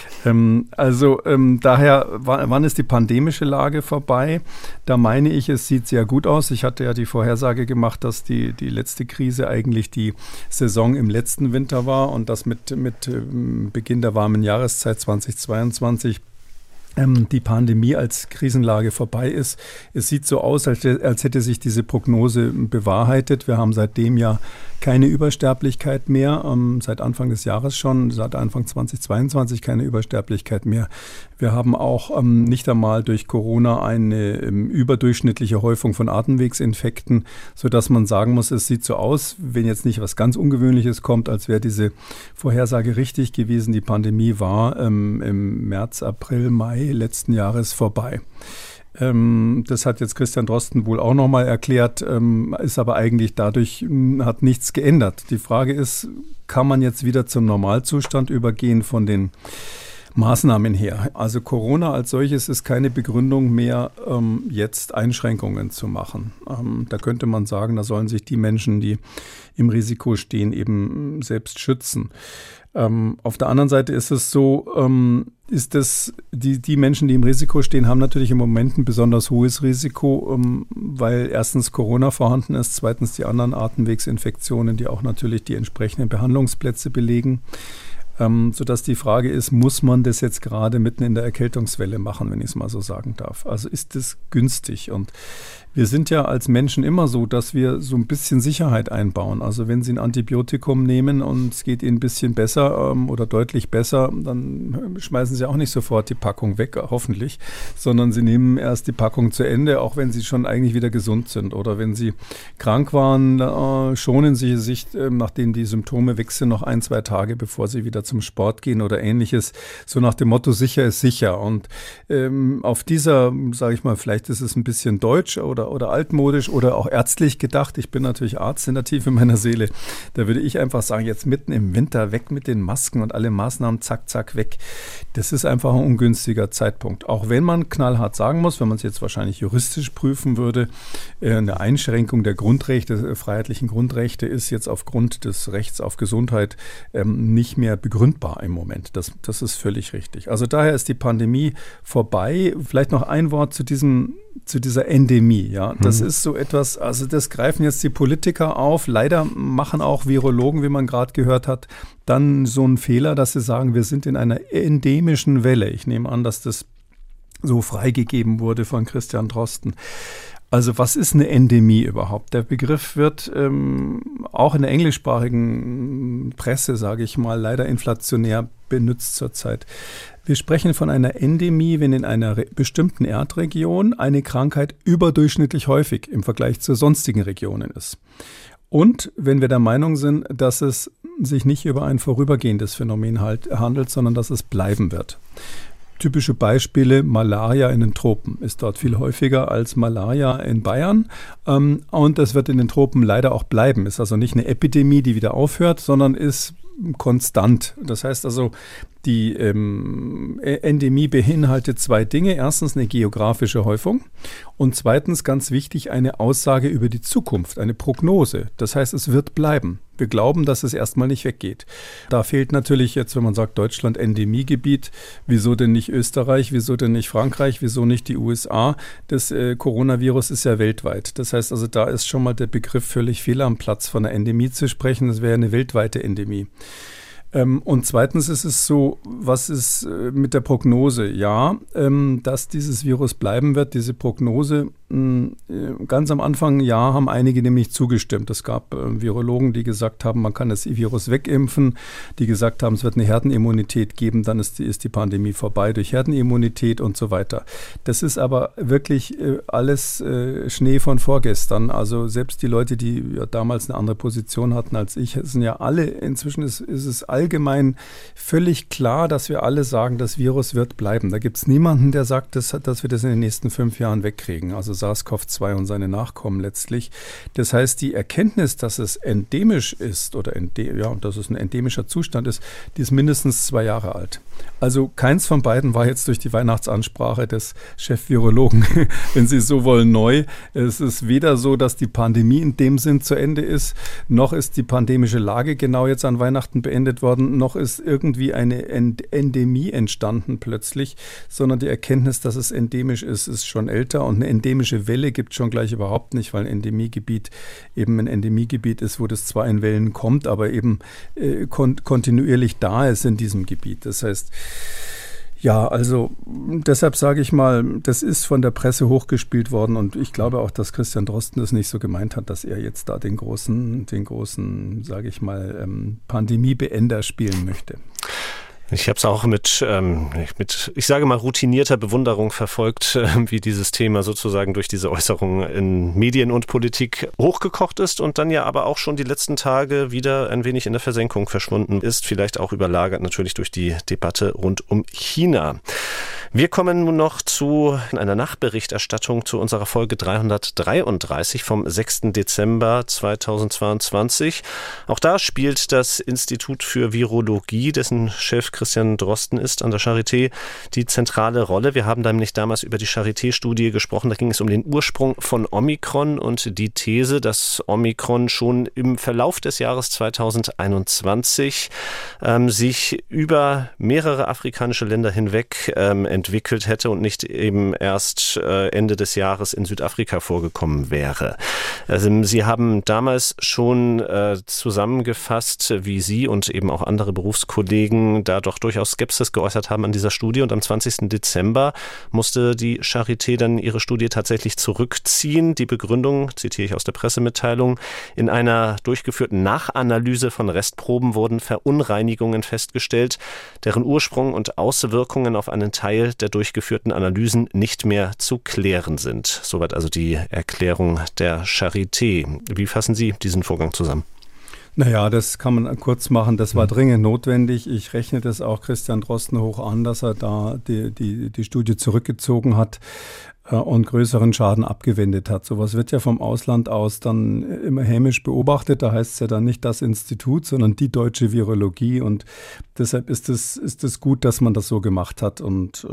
Daher, wann ist die pandemische Lage vorbei? Da meine ich, es sieht sehr gut aus. Ich hatte ja die Vorhersage gemacht, dass die letzte Krise eigentlich die Saison im letzten Winter war und dass mit Beginn der warmen Jahreszeit 2022 die Pandemie als Krisenlage vorbei ist. Es sieht so aus, als hätte sich diese Prognose bewahrheitet. Wir haben seitdem ja keine Übersterblichkeit mehr, seit Anfang des Jahres schon, seit Anfang 2022 keine Übersterblichkeit mehr. Wir haben auch nicht einmal durch Corona eine überdurchschnittliche Häufung von Atemwegsinfekten, sodass man sagen muss, es sieht so aus, wenn jetzt nicht was ganz Ungewöhnliches kommt, als wäre diese Vorhersage richtig gewesen. Die Pandemie war im März, April, Mai letzten Jahres vorbei. Das hat jetzt Christian Drosten wohl auch nochmal erklärt, ist aber eigentlich dadurch, hat nichts geändert. Die Frage ist, kann man jetzt wieder zum Normalzustand übergehen von den Maßnahmen her? Also Corona als solches ist keine Begründung mehr, jetzt Einschränkungen zu machen. Da könnte man sagen, da sollen sich die Menschen, die im Risiko stehen, eben selbst schützen. Auf der anderen Seite ist es so, die Menschen, die im Risiko stehen, haben natürlich im Moment ein besonders hohes Risiko, weil erstens Corona vorhanden ist, zweitens die anderen Atemwegsinfektionen, die auch natürlich die entsprechenden Behandlungsplätze belegen. Sodass die Frage ist, muss man das jetzt gerade mitten in der Erkältungswelle machen, wenn ich es mal so sagen darf? Also ist das günstig? Und wir sind ja als Menschen immer so, dass wir so ein bisschen Sicherheit einbauen. Also wenn Sie ein Antibiotikum nehmen und es geht Ihnen ein bisschen besser oder deutlich besser, dann schmeißen Sie auch nicht sofort die Packung weg, hoffentlich, sondern Sie nehmen erst die Packung zu Ende, auch wenn Sie schon eigentlich wieder gesund sind. Oder wenn Sie krank waren, schonen Sie sich, nachdem die Symptome weg sind, noch 1-2 Tage, bevor Sie wieder zum Sport gehen oder Ähnliches. So nach dem Motto, sicher ist sicher. Und auf dieser, sage ich mal, vielleicht ist es ein bisschen deutsch oder altmodisch oder auch ärztlich gedacht. Ich bin natürlich Arzt in der Tiefe meiner Seele. Da würde ich einfach sagen, jetzt mitten im Winter weg mit den Masken und alle Maßnahmen, zack, zack, weg. Das ist einfach ein ungünstiger Zeitpunkt. Auch wenn man knallhart sagen muss, wenn man es jetzt wahrscheinlich juristisch prüfen würde, eine Einschränkung der Grundrechte, freiheitlichen Grundrechte ist jetzt aufgrund des Rechts auf Gesundheit nicht mehr begründbar im Moment. Das ist völlig richtig. Also daher ist die Pandemie vorbei. Vielleicht noch ein Wort zu dieser Endemie. Ja, das ist so etwas, also das greifen jetzt die Politiker auf. Leider machen auch Virologen, wie man gerade gehört hat, dann so einen Fehler, dass sie sagen, wir sind in einer endemischen Welle. Ich nehme an, dass das so freigegeben wurde von Christian Drosten. Also was ist eine Endemie überhaupt? Der Begriff wird auch in der englischsprachigen Presse, sage ich mal, leider inflationär benutzt zurzeit. Wir sprechen von einer Endemie, wenn in einer bestimmten Erdregion eine Krankheit überdurchschnittlich häufig im Vergleich zu sonstigen Regionen ist. Und wenn wir der Meinung sind, dass es sich nicht über ein vorübergehendes Phänomen handelt, sondern dass es bleiben wird. Typische Beispiele, Malaria in den Tropen ist dort viel häufiger als Malaria in Bayern. Und das wird in den Tropen leider auch bleiben. Ist also nicht eine Epidemie, die wieder aufhört, sondern ist konstant. Das heißt also, die Endemie beinhaltet zwei Dinge. Erstens eine geografische Häufung und zweitens, ganz wichtig, eine Aussage über die Zukunft, eine Prognose. Das heißt, es wird bleiben. Wir glauben, dass es erstmal nicht weggeht. Da fehlt natürlich jetzt, wenn man sagt, Deutschland Endemiegebiet, wieso denn nicht Österreich, wieso denn nicht Frankreich, wieso nicht die USA? Das Coronavirus ist ja weltweit. Das heißt also, da ist schon mal der Begriff völlig fehl am Platz, von einer Endemie zu sprechen. Das wäre eine weltweite Endemie. Und zweitens ist es so, was ist mit der Prognose? Ja, dass dieses Virus bleiben wird, diese Prognose, ganz am Anfang, ja, haben einige nämlich zugestimmt. Es gab Virologen, die gesagt haben, man kann das Virus wegimpfen, die gesagt haben, es wird eine Herdenimmunität geben, dann ist die Pandemie vorbei durch Herdenimmunität und so weiter. Das ist aber wirklich alles Schnee von vorgestern. Also selbst die Leute, die ja damals eine andere Position hatten als ich, sind ja alle, inzwischen ist es allgemein völlig klar, dass wir alle sagen, das Virus wird bleiben. Da gibt es niemanden, der sagt, dass wir das in den nächsten 5 Jahren wegkriegen. Also SARS-CoV-2 und seine Nachkommen letztlich. Das heißt, die Erkenntnis, dass es endemisch ist oder dass es ein endemischer Zustand ist, die ist mindestens 2 Jahre alt. Also keins von beiden war jetzt durch die Weihnachtsansprache des Chef-Virologen, wenn Sie so wollen, neu. Es ist weder so, dass die Pandemie in dem Sinn zu Ende ist, noch ist die pandemische Lage genau jetzt an Weihnachten beendet worden, noch ist irgendwie eine Endemie entstanden plötzlich, sondern die Erkenntnis, dass es endemisch ist schon älter und eine endemische Welle gibt es schon gleich überhaupt nicht, weil ein Endemiegebiet eben ein Endemiegebiet ist, wo das zwar in Wellen kommt, aber eben kontinuierlich da ist in diesem Gebiet. Das heißt, ja, also deshalb sage ich mal, das ist von der Presse hochgespielt worden und ich glaube auch, dass Christian Drosten das nicht so gemeint hat, dass er jetzt da den großen, sage ich mal, Pandemiebeender spielen möchte. Ich habe es auch mit, ich sage mal, routinierter Bewunderung verfolgt, wie dieses Thema sozusagen durch diese Äußerungen in Medien und Politik hochgekocht ist und dann ja aber auch schon die letzten Tage wieder ein wenig in der Versenkung verschwunden ist, vielleicht auch überlagert natürlich durch die Debatte rund um China. Wir kommen nun noch zu einer Nachberichterstattung zu unserer Folge 333 vom 6. Dezember 2022. Auch da spielt das Institut für Virologie, dessen Chef Christian Drosten ist, an der Charité die zentrale Rolle. Wir haben nämlich damals über die Charité-Studie gesprochen. Da ging es um den Ursprung von Omikron und die These, dass Omikron schon im Verlauf des Jahres 2021 sich über mehrere afrikanische Länder hinweg entwickelt hätte und nicht eben erst Ende des Jahres in Südafrika vorgekommen wäre. Sie haben damals schon zusammengefasst, wie Sie und eben auch andere Berufskollegen da doch durchaus Skepsis geäußert haben an dieser Studie und am 20. Dezember musste die Charité dann ihre Studie tatsächlich zurückziehen. Die Begründung, zitiere ich aus der Pressemitteilung, in einer durchgeführten Nachanalyse von Restproben wurden Verunreinigungen festgestellt, deren Ursprung und Auswirkungen auf einen Teil der durchgeführten Analysen nicht mehr zu klären sind. Soweit also die Erklärung der Charité. Wie fassen Sie diesen Vorgang zusammen? Naja, das kann man kurz machen. Das war dringend notwendig. Ich rechne das auch Christian Drosten hoch an, dass er da die Studie zurückgezogen hat und größeren Schaden abgewendet hat. Sowas wird ja vom Ausland aus dann immer hämisch beobachtet. Da heißt es ja dann nicht das Institut, sondern die deutsche Virologie. Und deshalb ist es gut, dass man das so gemacht hat. Und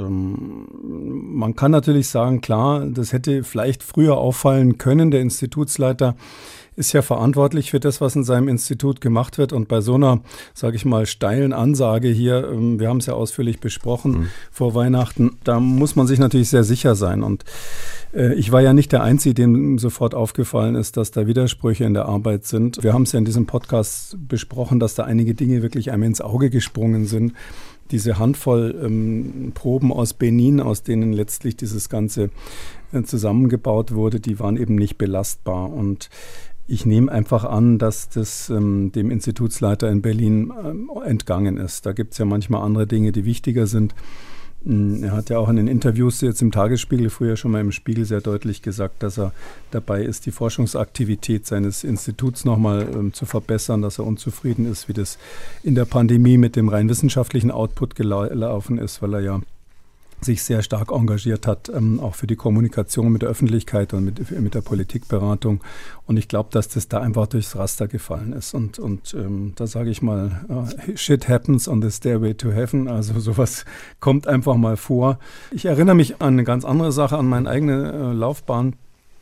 man kann natürlich sagen, klar, das hätte vielleicht früher auffallen können. Der Institutsleiter ist ja verantwortlich für das, was in seinem Institut gemacht wird. Und bei so einer, sage ich mal, steilen Ansage hier, wir haben es ja ausführlich besprochen vor Weihnachten, da muss man sich natürlich sehr sicher sein. Und ich war ja nicht der Einzige, dem sofort aufgefallen ist, dass da Widersprüche in der Arbeit sind. Wir haben es ja in diesem Podcast besprochen, dass da einige Dinge wirklich einem ins Auge gesprungen sind. Diese Handvoll Proben aus Benin, aus denen letztlich dieses Ganze zusammengebaut wurde, die waren eben nicht belastbar. Und ich nehme einfach an, dass das dem Institutsleiter in Berlin entgangen ist. Da gibt es ja manchmal andere Dinge, die wichtiger sind. Er hat ja auch in den Interviews jetzt im Tagesspiegel, früher schon mal im Spiegel, sehr deutlich gesagt, dass er dabei ist, die Forschungsaktivität seines Instituts nochmal zu verbessern, dass er unzufrieden ist, wie das in der Pandemie mit dem rein wissenschaftlichen Output gelaufen ist, weil er ja sich sehr stark engagiert hat, auch für die Kommunikation mit der Öffentlichkeit und mit der Politikberatung. Und ich glaube, dass das da einfach durchs Raster gefallen ist. Und da sage ich mal, shit happens on the stairway to heaven. Also sowas kommt einfach mal vor. Ich erinnere mich an eine ganz andere Sache, an meine eigene Laufbahn.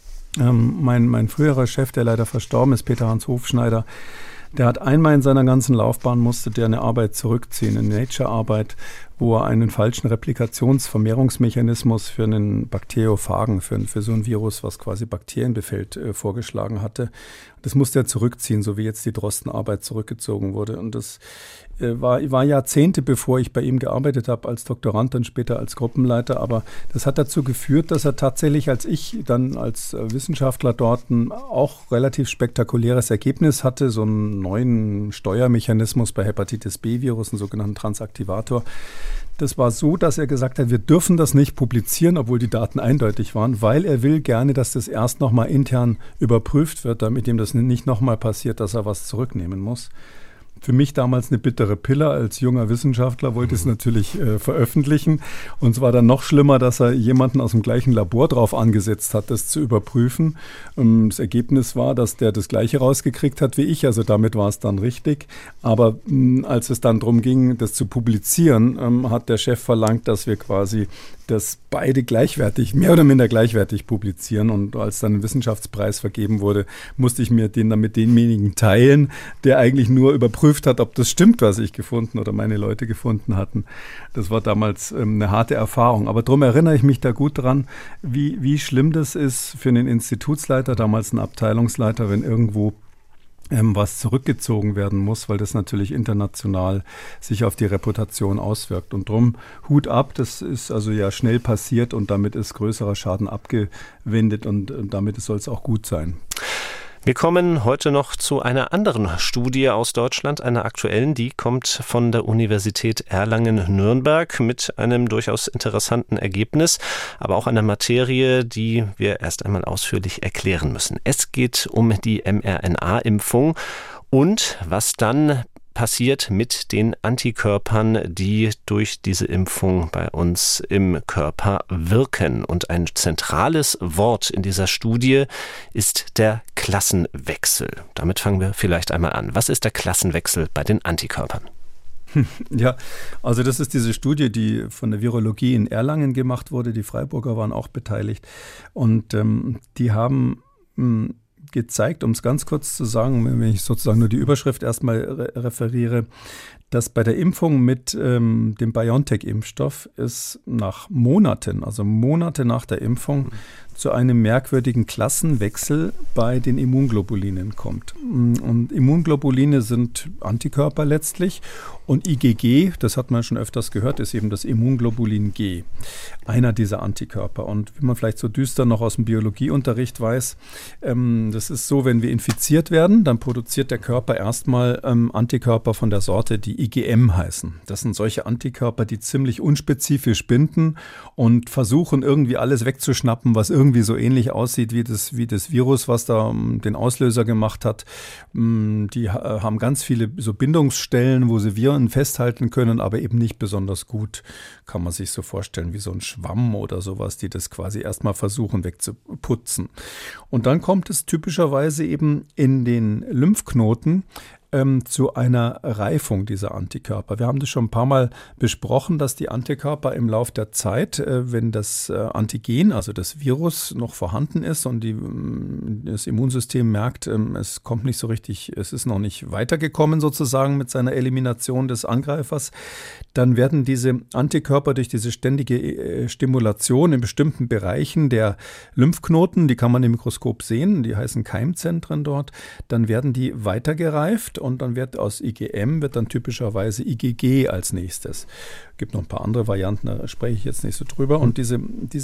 Mein früherer Chef, der leider verstorben ist, Peter Hans Hofschneider, der hat einmal in seiner ganzen Laufbahn musste der eine Arbeit zurückziehen, eine Nature-Arbeit, wo er einen falschen Replikationsvermehrungsmechanismus für einen Bakteriophagen, für so ein Virus, was quasi Bakterien befällt, vorgeschlagen hatte. Das musste er zurückziehen, so wie jetzt die Drosten-Arbeit zurückgezogen wurde. Und das war Jahrzehnte, bevor ich bei ihm gearbeitet habe, als Doktorand und später als Gruppenleiter. Aber das hat dazu geführt, dass er tatsächlich, als ich dann als Wissenschaftler dort ein auch relativ spektakuläres Ergebnis hatte, so einen neuen Steuermechanismus bei Hepatitis-B-Virus, einen sogenannten Transaktivator. Das war so, dass er gesagt hat, wir dürfen das nicht publizieren, obwohl die Daten eindeutig waren, weil er will gerne, dass das erst nochmal intern überprüft wird, damit ihm das nicht nochmal passiert, dass er was zurücknehmen muss. Für mich damals eine bittere Pille. Als junger Wissenschaftler wollte ich es natürlich veröffentlichen. Und es war dann noch schlimmer, dass er jemanden aus dem gleichen Labor drauf angesetzt hat, das zu überprüfen. Das Ergebnis war, dass der das Gleiche rausgekriegt hat wie ich. Also damit war es dann richtig. Aber als es dann darum ging, das zu publizieren, hat der Chef verlangt, dass wir quasi das beide gleichwertig, mehr oder minder gleichwertig publizieren. Und als dann ein Wissenschaftspreis vergeben wurde, musste ich mir den dann mit demjenigen teilen, der eigentlich nur überprüft hat, ob das stimmt, was ich gefunden oder meine Leute gefunden hatten. Das war damals eine harte Erfahrung. Aber darum erinnere ich mich da gut dran, wie schlimm das ist für einen Institutsleiter, damals einen Abteilungsleiter, wenn irgendwo was zurückgezogen werden muss, weil das natürlich international sich auf die Reputation auswirkt. Und drum Hut ab, das ist also ja schnell passiert und damit ist größerer Schaden abgewendet und damit soll es auch gut sein. Wir kommen heute noch zu einer anderen Studie aus Deutschland, einer aktuellen, die kommt von der Universität Erlangen-Nürnberg mit einem durchaus interessanten Ergebnis, aber auch einer Materie, die wir erst einmal ausführlich erklären müssen. Es geht um die mRNA-Impfung und was dann passiert mit den Antikörpern, die durch diese Impfung bei uns im Körper wirken. Und ein zentrales Wort in dieser Studie ist der Klassenwechsel. Damit fangen wir vielleicht einmal an. Was ist der Klassenwechsel bei den Antikörpern? Ja, also das ist diese Studie, die von der Virologie in Erlangen gemacht wurde. Die Freiburger waren auch beteiligt. Und die haben gezeigt, um es ganz kurz zu sagen, wenn ich sozusagen nur die Überschrift erstmal referiere, dass bei der Impfung mit dem BioNTech-Impfstoff es nach Monaten, also Monate nach der Impfung, zu einem merkwürdigen Klassenwechsel bei den Immunglobulinen kommt. Und Immunglobuline sind Antikörper letztlich und IgG, das hat man schon öfters gehört, ist eben das Immunglobulin G, einer dieser Antikörper. Und wie man vielleicht so düster noch aus dem Biologieunterricht weiß, das ist so, wenn wir infiziert werden, dann produziert der Körper erstmal Antikörper von der Sorte, die IgM heißen. Das sind solche Antikörper, die ziemlich unspezifisch binden und versuchen irgendwie alles wegzuschnappen, was irgendwie so ähnlich aussieht wie das Virus, was da den Auslöser gemacht hat. Die haben ganz viele so Bindungsstellen, wo sie Viren festhalten können, aber eben nicht besonders gut. Kann man sich so vorstellen wie so ein Schwamm oder sowas, die das quasi erstmal versuchen wegzuputzen. Und dann kommt es typischerweise eben in den Lymphknoten zu einer Reifung dieser Antikörper. Wir haben das schon ein paar Mal besprochen, dass die Antikörper im Lauf der Zeit, wenn das Antigen, also das Virus, noch vorhanden ist und das Immunsystem merkt, es kommt nicht so richtig, es ist noch nicht weitergekommen sozusagen mit seiner Elimination des Angreifers, dann werden diese Antikörper durch diese ständige Stimulation in bestimmten Bereichen der Lymphknoten, die kann man im Mikroskop sehen, die heißen Keimzentren dort, dann werden die weitergereift und dann wird aus IgM dann typischerweise IgG als nächstes. Es gibt noch ein paar andere Varianten, da spreche ich jetzt nicht so drüber. Und dieser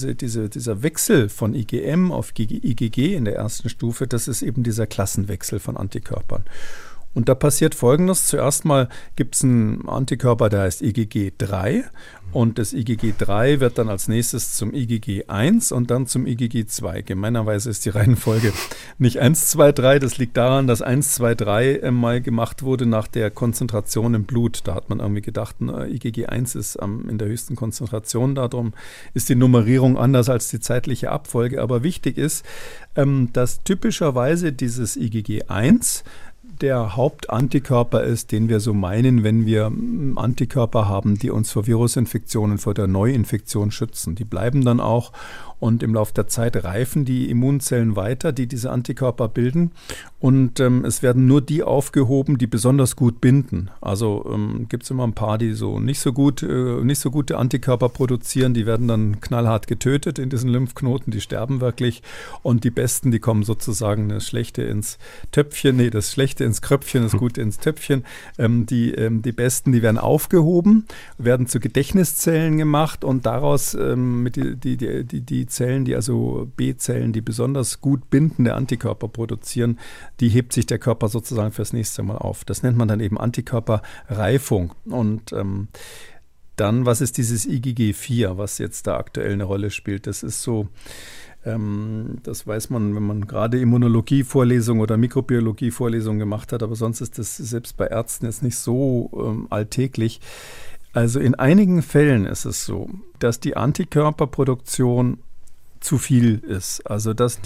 Wechsel von IgM auf IgG in der ersten Stufe, das ist eben dieser Klassenwechsel von Antikörpern. Und da passiert Folgendes. Zuerst mal gibt es einen Antikörper, der heißt IgG3. Und das IgG3 wird dann als nächstes zum IgG1 und dann zum IgG2. Gemeinerweise ist die Reihenfolge nicht 1, 2, 3. Das liegt daran, dass 1, 2, 3 mal gemacht wurde nach der Konzentration im Blut. Da hat man irgendwie gedacht, IgG1 ist in der höchsten Konzentration. Darum ist die Nummerierung anders als die zeitliche Abfolge. Aber wichtig ist, dass typischerweise dieses IgG1 der Hauptantikörper ist, den wir so meinen, wenn wir Antikörper haben, die uns vor Virusinfektionen, vor der Neuinfektion schützen. Die bleiben dann auch und im Laufe der Zeit reifen die Immunzellen weiter, die diese Antikörper bilden und es werden nur die aufgehoben, die besonders gut binden. Also gibt es immer ein paar, die so nicht so gute Antikörper produzieren, die werden dann knallhart getötet in diesen Lymphknoten, die sterben wirklich und die Besten, die kommen sozusagen das Schlechte ins Töpfchen, das Schlechte ins Kröpfchen, das Gute ins Töpfchen. Die Besten, die werden aufgehoben, werden zu Gedächtniszellen gemacht und daraus die Zellen, also B-Zellen, die besonders gut bindende Antikörper produzieren, die hebt sich der Körper sozusagen fürs nächste Mal auf. Das nennt man dann eben Antikörperreifung. Und dann, was ist dieses IgG4, was jetzt da aktuell eine Rolle spielt? Das ist so, das weiß man, wenn man gerade Immunologie-Vorlesungen oder Mikrobiologie-Vorlesungen gemacht hat, aber sonst ist das selbst bei Ärzten jetzt nicht so alltäglich. Also in einigen Fällen ist es so, dass die Antikörperproduktion zu viel ist. Also dass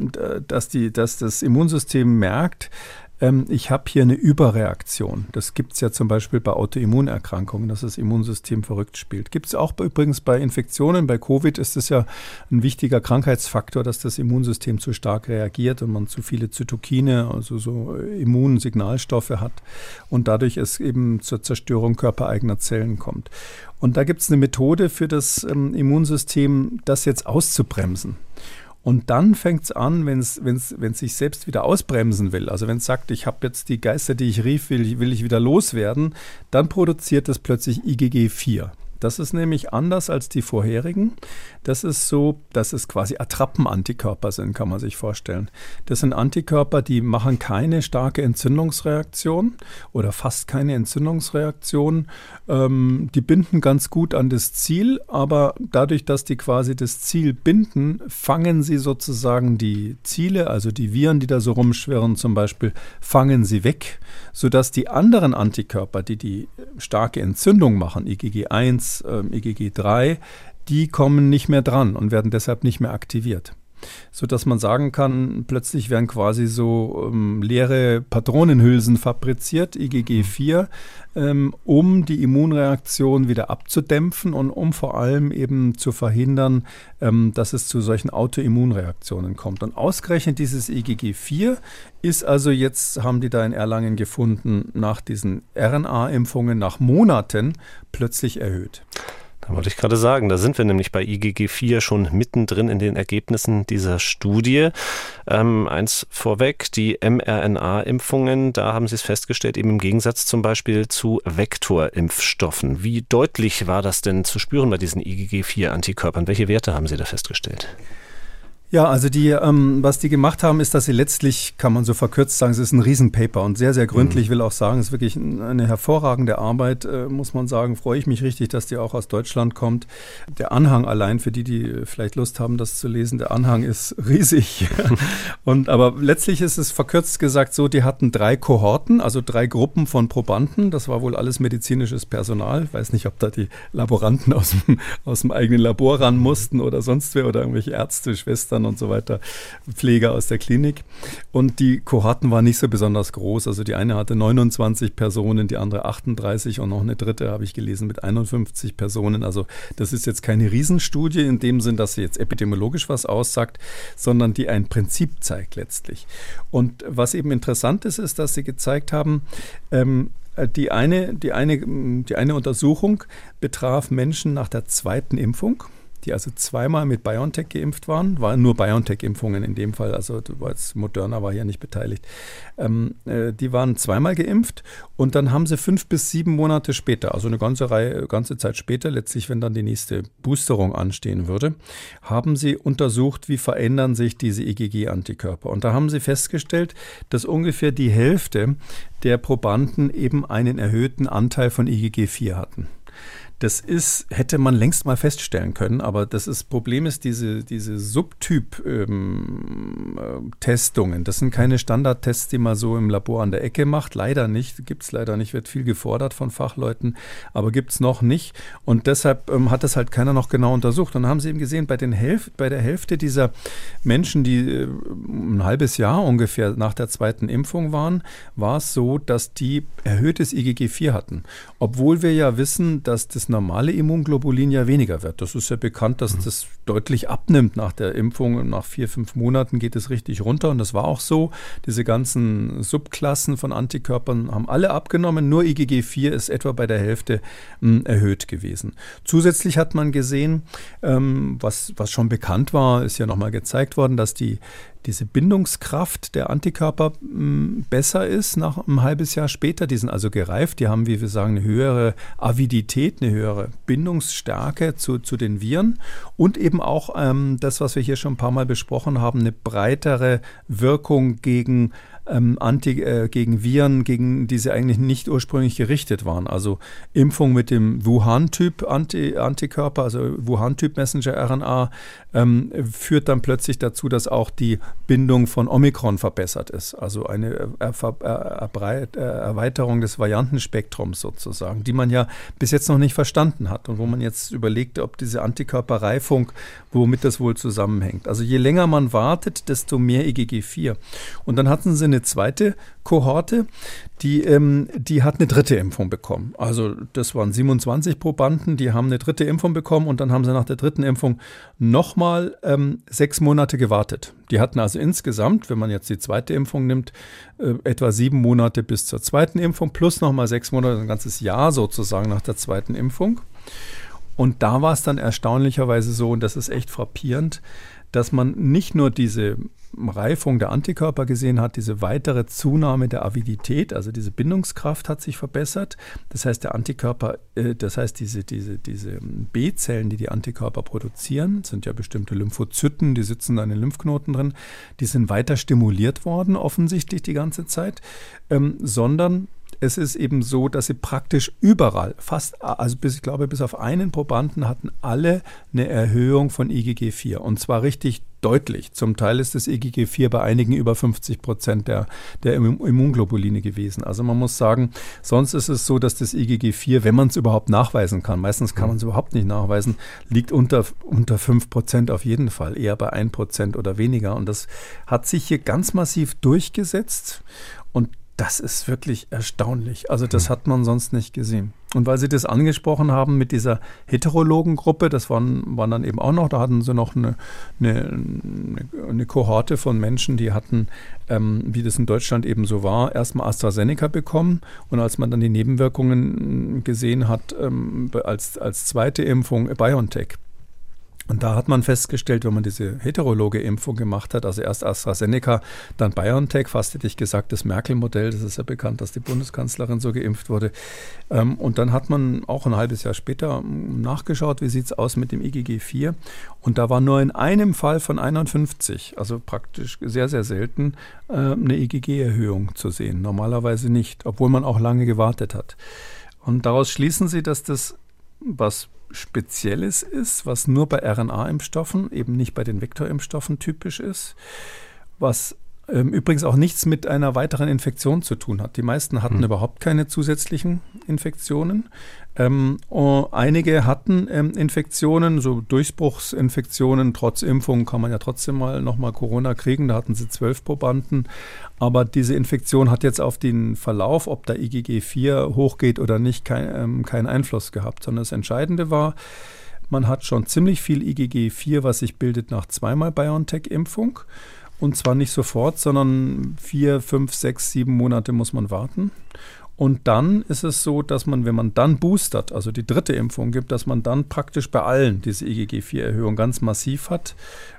das Immunsystem merkt, ich habe hier eine Überreaktion. Das gibt es ja zum Beispiel bei Autoimmunerkrankungen, dass das Immunsystem verrückt spielt. Gibt es auch übrigens bei Infektionen. Bei Covid ist es ja ein wichtiger Krankheitsfaktor, dass das Immunsystem zu stark reagiert und man zu viele Zytokine, also so Immunsignalstoffe hat und dadurch es eben zur Zerstörung körpereigener Zellen kommt. Und da gibt es eine Methode für das Immunsystem, das jetzt auszubremsen. Und dann fängt es an, wenn es sich selbst wieder ausbremsen will, also wenn es sagt, ich habe jetzt die Geister, die ich rief, will ich wieder loswerden, dann produziert es plötzlich IgG4. Das ist nämlich anders als die vorherigen. Das ist so, dass es quasi Attrappenantikörper sind, kann man sich vorstellen. Das sind Antikörper, die machen keine starke Entzündungsreaktion oder fast keine Entzündungsreaktion. Die binden ganz gut an das Ziel, aber dadurch, dass die quasi das Ziel binden, fangen sie sozusagen die Ziele, also die Viren, die da so rumschwirren zum Beispiel, fangen sie weg, sodass die anderen Antikörper, die starke Entzündung machen, IgG1, IgG3, die kommen nicht mehr dran und werden deshalb nicht mehr aktiviert. Sodass man sagen kann, plötzlich werden quasi so leere Patronenhülsen fabriziert, IgG4, um die Immunreaktion wieder abzudämpfen und um vor allem eben zu verhindern, dass es zu solchen Autoimmunreaktionen kommt. Und ausgerechnet dieses IgG4 ist also jetzt, haben die da in Erlangen gefunden, nach diesen RNA-Impfungen nach Monaten plötzlich erhöht. Da wollte ich gerade sagen, da sind wir nämlich bei IgG4 schon mittendrin in den Ergebnissen dieser Studie. Eins vorweg, die mRNA-Impfungen, da haben Sie es festgestellt, eben im Gegensatz zum Beispiel zu Vektorimpfstoffen. Wie deutlich war das denn zu spüren bei diesen IgG4-Antikörpern? Welche Werte haben Sie da festgestellt? Ja, also was die gemacht haben, ist, dass sie letztlich, kann man so verkürzt sagen, es ist ein Riesenpaper und sehr, sehr gründlich, will auch sagen, es ist wirklich eine hervorragende Arbeit, muss man sagen, freue ich mich richtig, dass die auch aus Deutschland kommt. Der Anhang allein, für die vielleicht Lust haben, das zu lesen, der Anhang ist riesig. Aber letztlich ist es verkürzt gesagt so, die hatten 3 Kohorten, also 3 Gruppen von Probanden, das war wohl alles medizinisches Personal, ich weiß nicht, ob da die Laboranten aus dem eigenen Labor ran mussten oder sonst wer oder irgendwelche Ärzte, Schwestern und so weiter, Pfleger aus der Klinik. Und die Kohorten waren nicht so besonders groß. Also die eine hatte 29 Personen, die andere 38 und noch eine dritte habe ich gelesen mit 51 Personen. Also das ist jetzt keine Riesenstudie in dem Sinn, dass sie jetzt epidemiologisch was aussagt, sondern die ein Prinzip zeigt letztlich. Und was eben interessant ist, ist, dass sie gezeigt haben, die eine Untersuchung betraf Menschen nach der zweiten Impfung. die also zweimal mit BioNTech geimpft waren nur BioNTech-Impfungen in dem Fall, also Moderna war hier nicht beteiligt. Die waren zweimal geimpft und dann haben sie 5 bis 7 Monate später, also eine ganze Zeit später, letztlich, wenn dann die nächste Boosterung anstehen würde, haben sie untersucht, wie verändern sich diese IgG-Antikörper. Und da haben sie festgestellt, dass ungefähr die Hälfte der Probanden eben einen erhöhten Anteil von IgG4 hatten. Das hätte man längst mal feststellen können, aber das Problem ist, diese Subtyp-Testungen, das sind keine Standardtests, die man so im Labor an der Ecke macht. Leider nicht, gibt es leider nicht, wird viel gefordert von Fachleuten, aber gibt es noch nicht. Und deshalb hat das halt keiner noch genau untersucht. Und dann haben sie eben gesehen, bei der Hälfte dieser Menschen, die ein halbes Jahr ungefähr nach der zweiten Impfung waren, war es so, dass die erhöhtes IgG4 hatten. Obwohl wir ja wissen, dass das normale Immunglobulin ja weniger wird. Das ist ja bekannt, dass das deutlich abnimmt nach der Impfung. Nach 4-5 Monaten geht es richtig runter und das war auch so. Diese ganzen Subklassen von Antikörpern haben alle abgenommen, nur IgG4 ist etwa bei der Hälfte erhöht gewesen. Zusätzlich hat man gesehen, was schon bekannt war, ist ja nochmal gezeigt worden, dass diese Bindungskraft der Antikörper besser ist nach einem halbes Jahr später. Die sind also gereift, die haben, wie wir sagen, eine höhere Avidität, eine höhere Bindungsstärke zu den Viren und eben auch das, was wir hier schon ein paar Mal besprochen haben, eine breitere Wirkung gegen Viren, gegen die sie eigentlich nicht ursprünglich gerichtet waren. Also Impfung mit dem Wuhan-Typ Antikörper, also Wuhan-Typ Messenger-RNA, führt dann plötzlich dazu, dass auch die Bindung von Omikron verbessert ist. Also eine Erweiterung des Variantenspektrums sozusagen, die man ja bis jetzt noch nicht verstanden hat und wo man jetzt überlegt, ob diese Antikörperreifung, womit das wohl zusammenhängt. Also je länger man wartet, desto mehr IgG4. Und dann hatten sie eine zweite Kohorte, die hat eine dritte Impfung bekommen. Also das waren 27 Probanden, die haben eine dritte Impfung bekommen und dann haben sie nach der dritten Impfung nochmal 6 Monate gewartet. Die hatten also insgesamt, wenn man jetzt die zweite Impfung nimmt, etwa 7 Monate bis zur zweiten Impfung plus nochmal 6 Monate, ein ganzes Jahr sozusagen nach der zweiten Impfung. Und da war es dann erstaunlicherweise so, und das ist echt frappierend, dass man nicht nur diese Reifung der Antikörper gesehen hat, diese weitere Zunahme der Avidität, also diese Bindungskraft hat sich verbessert. Das heißt, der Antikörper, diese B-Zellen, die Antikörper produzieren, sind ja bestimmte Lymphozyten, die sitzen da in den Lymphknoten drin, die sind weiter stimuliert worden, offensichtlich die ganze Zeit, sondern es ist eben so, dass sie praktisch überall, ich glaube bis auf einen Probanden hatten alle eine Erhöhung von IgG4 und zwar richtig deutlich. Zum Teil ist das IgG4 bei einigen über 50% der Immunglobuline gewesen. Also man muss sagen, sonst ist es so, dass das IgG4, wenn man es überhaupt nachweisen kann, meistens kann man es überhaupt nicht nachweisen, liegt unter 5% auf jeden Fall, eher bei 1% oder weniger. Und das hat sich hier ganz massiv durchgesetzt und das ist wirklich erstaunlich. Also das hat man sonst nicht gesehen. Und weil Sie das angesprochen haben mit dieser heterologen Gruppe, das waren dann eben auch noch, da hatten sie noch eine Kohorte von Menschen, die hatten, wie das in Deutschland eben so war, erstmal AstraZeneca bekommen. Und als man dann die Nebenwirkungen gesehen hat, als zweite Impfung BioNTech. Und da hat man festgestellt, wenn man diese heterologe Impfung gemacht hat, also erst AstraZeneca, dann BioNTech, fast hätte ich gesagt, das Merkel-Modell, das ist ja bekannt, dass die Bundeskanzlerin so geimpft wurde. Und dann hat man auch ein halbes Jahr später nachgeschaut, wie sieht es aus mit dem IgG4. Und da war nur in einem Fall von 51, also praktisch sehr, sehr selten, eine IgG-Erhöhung zu sehen. Normalerweise nicht, obwohl man auch lange gewartet hat. Und daraus schließen Sie, dass das was Spezielles ist, was nur bei RNA-Impfstoffen, eben nicht bei den Vektorimpfstoffen typisch ist, was übrigens auch nichts mit einer weiteren Infektion zu tun hat. Die meisten hatten überhaupt keine zusätzlichen Infektionen. Einige hatten Infektionen, so Durchbruchsinfektionen. Trotz Impfung kann man ja trotzdem nochmal Corona kriegen. Da hatten sie 12 Probanden. Aber diese Infektion hat jetzt auf den Verlauf, ob da IgG4 hochgeht oder nicht, keinen Einfluss gehabt. Sondern das Entscheidende war, man hat schon ziemlich viel IgG4, was sich bildet nach zweimal BioNTech-Impfung. Und zwar nicht sofort, sondern 4, 5, 6, 7 Monate muss man warten. Und dann ist es so, dass man, wenn man dann boostert, also die dritte Impfung gibt, dass man dann praktisch bei allen diese IgG4-Erhöhung ganz massiv hat.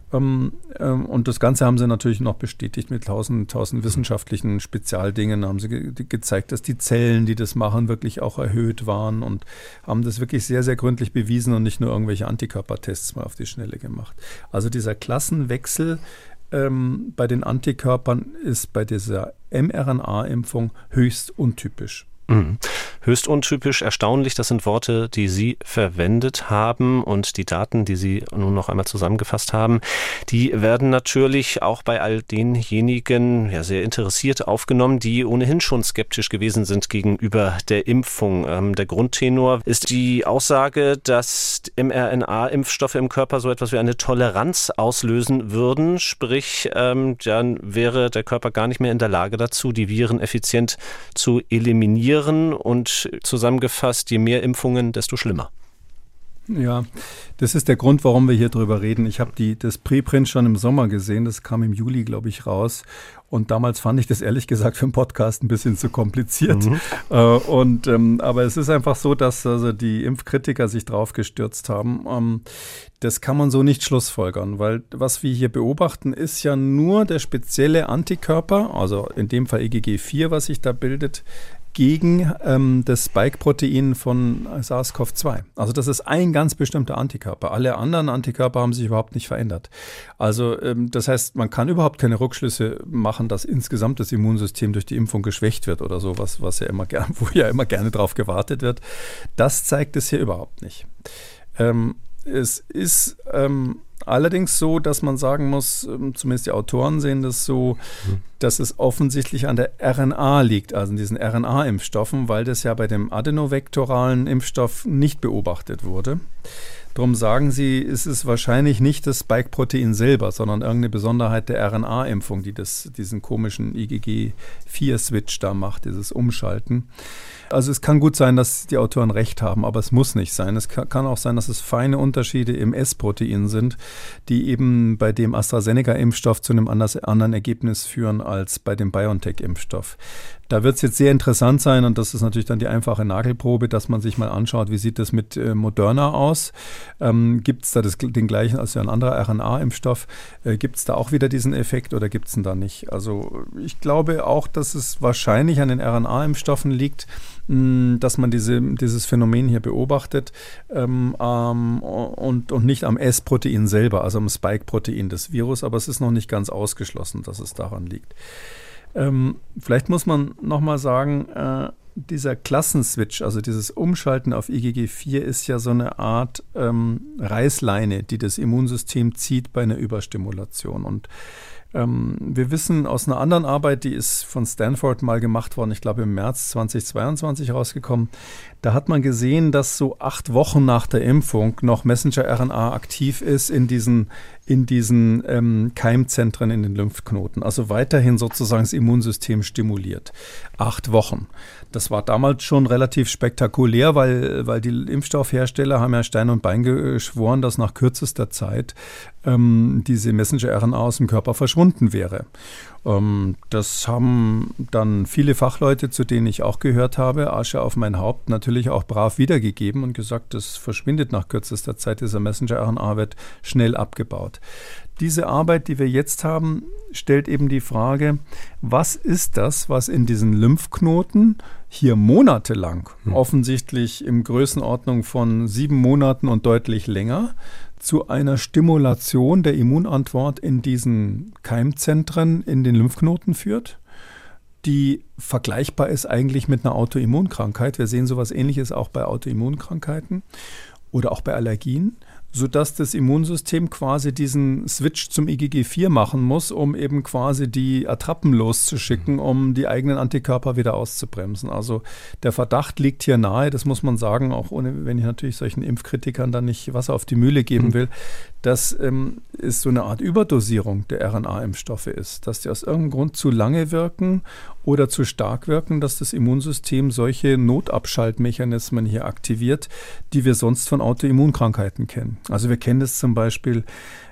Und das Ganze haben sie natürlich noch bestätigt mit tausend wissenschaftlichen Spezialdingen. Haben sie gezeigt, dass die Zellen, die das machen, wirklich auch erhöht waren und haben das wirklich sehr, sehr gründlich bewiesen und nicht nur irgendwelche Antikörpertests mal auf die Schnelle gemacht. Also dieser Klassenwechsel bei den Antikörpern ist bei dieser mRNA-Impfung höchst untypisch. Höchst untypisch, erstaunlich, das sind Worte, die Sie verwendet haben und die Daten, die Sie nun noch einmal zusammengefasst haben, die werden natürlich auch bei all denjenigen sehr interessiert aufgenommen, die ohnehin schon skeptisch gewesen sind gegenüber der Impfung. Der Grundtenor ist die Aussage, dass mRNA-Impfstoffe im Körper so etwas wie eine Toleranz auslösen würden, sprich, dann wäre der Körper gar nicht mehr in der Lage dazu, die Viren effizient zu eliminieren. Und zusammengefasst, je mehr Impfungen, desto schlimmer. Ja, das ist der Grund, warum wir hier drüber reden. Ich habe das Preprint schon im Sommer gesehen, das kam im Juli, glaube ich, raus. Und damals fand ich das ehrlich gesagt für einen Podcast ein bisschen zu kompliziert. Aber es ist einfach so, dass also die Impfkritiker sich drauf gestürzt haben. Das kann man so nicht schlussfolgern, weil was wir hier beobachten, ist ja nur der spezielle Antikörper, also in dem Fall IgG4, was sich da bildet, gegen das Spike-Protein von SARS-CoV-2. Also das ist ein ganz bestimmter Antikörper. Alle anderen Antikörper haben sich überhaupt nicht verändert. Also das heißt, man kann überhaupt keine Rückschlüsse machen, dass insgesamt das Immunsystem durch die Impfung geschwächt wird oder sowas, wo ja immer gerne drauf gewartet wird. Das zeigt es hier überhaupt nicht. Es ist allerdings so, dass man sagen muss, zumindest die Autoren sehen das so, dass es offensichtlich an der RNA liegt, also in diesen RNA-Impfstoffen, weil das ja bei dem adenovektoralen Impfstoff nicht beobachtet wurde. Darum sagen sie, ist es wahrscheinlich nicht das Spike-Protein selber, sondern irgendeine Besonderheit der RNA-Impfung, die diesen komischen IgG4-Switch da macht, dieses Umschalten. Also es kann gut sein, dass die Autoren recht haben, aber es muss nicht sein. Es kann auch sein, dass es feine Unterschiede im S-Protein sind, die eben bei dem AstraZeneca-Impfstoff zu einem anderen Ergebnis führen als bei dem BioNTech-Impfstoff. Da wird es jetzt sehr interessant sein und das ist natürlich dann die einfache Nagelprobe, dass man sich mal anschaut, wie sieht das mit Moderna aus? Gibt es da den gleichen, also ein anderer RNA-Impfstoff, gibt es da auch wieder diesen Effekt oder gibt es ihn da nicht? Also ich glaube auch, dass es wahrscheinlich an den RNA-Impfstoffen liegt, dass man dieses Phänomen hier beobachtet und nicht am S-Protein selber, also am Spike-Protein des Virus, aber es ist noch nicht ganz ausgeschlossen, dass es daran liegt. Vielleicht muss man nochmal sagen, dieser Klassenswitch, also dieses Umschalten auf IgG4 ist ja so eine Art Reißleine, die das Immunsystem zieht bei einer Überstimulation. Und wir wissen aus einer anderen Arbeit, die ist von Stanford mal gemacht worden, ich glaube im März 2022 rausgekommen, da hat man gesehen, dass so 8 Wochen nach der Impfung noch Messenger-RNA aktiv ist in diesen Keimzentren in den Lymphknoten, also weiterhin sozusagen das Immunsystem stimuliert. 8 Wochen. Das war damals schon relativ spektakulär, weil die Impfstoffhersteller haben ja Stein und Bein geschworen, dass nach kürzester Zeit diese Messenger-RNA aus dem Körper verschwunden wäre. Das haben dann viele Fachleute, zu denen ich auch gehört habe, Asche auf mein Haupt, natürlich auch brav wiedergegeben und gesagt, das verschwindet nach kürzester Zeit, dieser Messenger-RNA wird schnell abgebaut. Diese Arbeit, die wir jetzt haben, stellt eben die Frage, was ist das, was in diesen Lymphknoten hier monatelang, offensichtlich in Größenordnung von 7 Monaten und deutlich länger, zu einer Stimulation der Immunantwort in diesen Keimzentren in den Lymphknoten führt, die vergleichbar ist eigentlich mit einer Autoimmunkrankheit. Wir sehen sowas Ähnliches auch bei Autoimmunkrankheiten oder auch bei Allergien, sodass das Immunsystem quasi diesen Switch zum IgG4 machen muss, um eben quasi die Attrappen loszuschicken, um die eigenen Antikörper wieder auszubremsen. Also der Verdacht liegt hier nahe, das muss man sagen, auch ohne, wenn ich natürlich solchen Impfkritikern dann nicht Wasser auf die Mühle geben will, dass es so eine Art Überdosierung der RNA-Impfstoffe ist, dass die aus irgendeinem Grund zu lange wirken oder zu stark wirken, dass das Immunsystem solche Notabschaltmechanismen hier aktiviert, die wir sonst von Autoimmunkrankheiten kennen. Also wir kennen das zum Beispiel,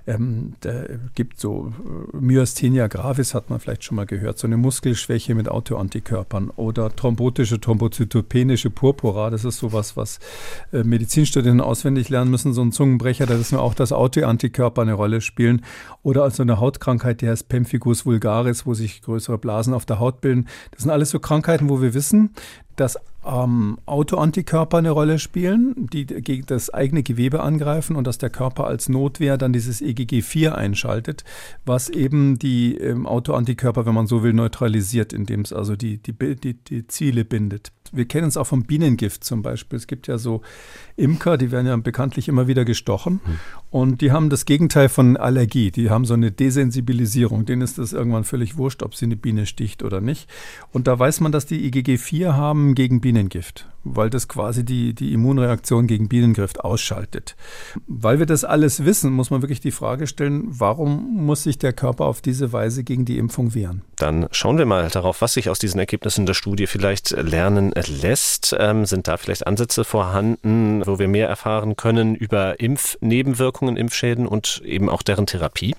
gibt so Myasthenia gravis, hat man vielleicht schon mal gehört, so eine Muskelschwäche mit Autoantikörpern oder thrombotische Purpura, das ist sowas, was Medizinstudenten auswendig lernen müssen, so ein Zungenbrecher, da wissen wir auch, dass Autoantikörper eine Rolle spielen. Oder also eine Hautkrankheit, die heißt Pemphigus vulgaris, wo sich größere Blasen auf der Haut bilden. Das sind alles so Krankheiten, wo wir wissen, dass Autoantikörper eine Rolle spielen, die gegen das eigene Gewebe angreifen und dass der Körper als Notwehr dann dieses EGG4 einschaltet, was eben die Autoantikörper, wenn man so will, neutralisiert, indem es also die Ziele bindet. Wir kennen es auch vom Bienengift zum Beispiel. Es gibt ja so Imker, die werden ja bekanntlich immer wieder gestochen und die haben das Gegenteil von Allergie. Die haben so eine Desensibilisierung. Denen ist das irgendwann völlig wurscht, ob sie eine Biene sticht oder nicht. Und da weiß man, dass die IgG4 haben gegen Bienengift, weil das quasi die Immunreaktion gegen Bienengift ausschaltet. Weil wir das alles wissen, muss man wirklich die Frage stellen, warum muss sich der Körper auf diese Weise gegen die Impfung wehren? Dann schauen wir mal darauf, was sich aus diesen Ergebnissen der Studie vielleicht lernen lässt. Sind da vielleicht Ansätze vorhanden, wo wir mehr erfahren können über Impfnebenwirkungen, Impfschäden und eben auch deren Therapie?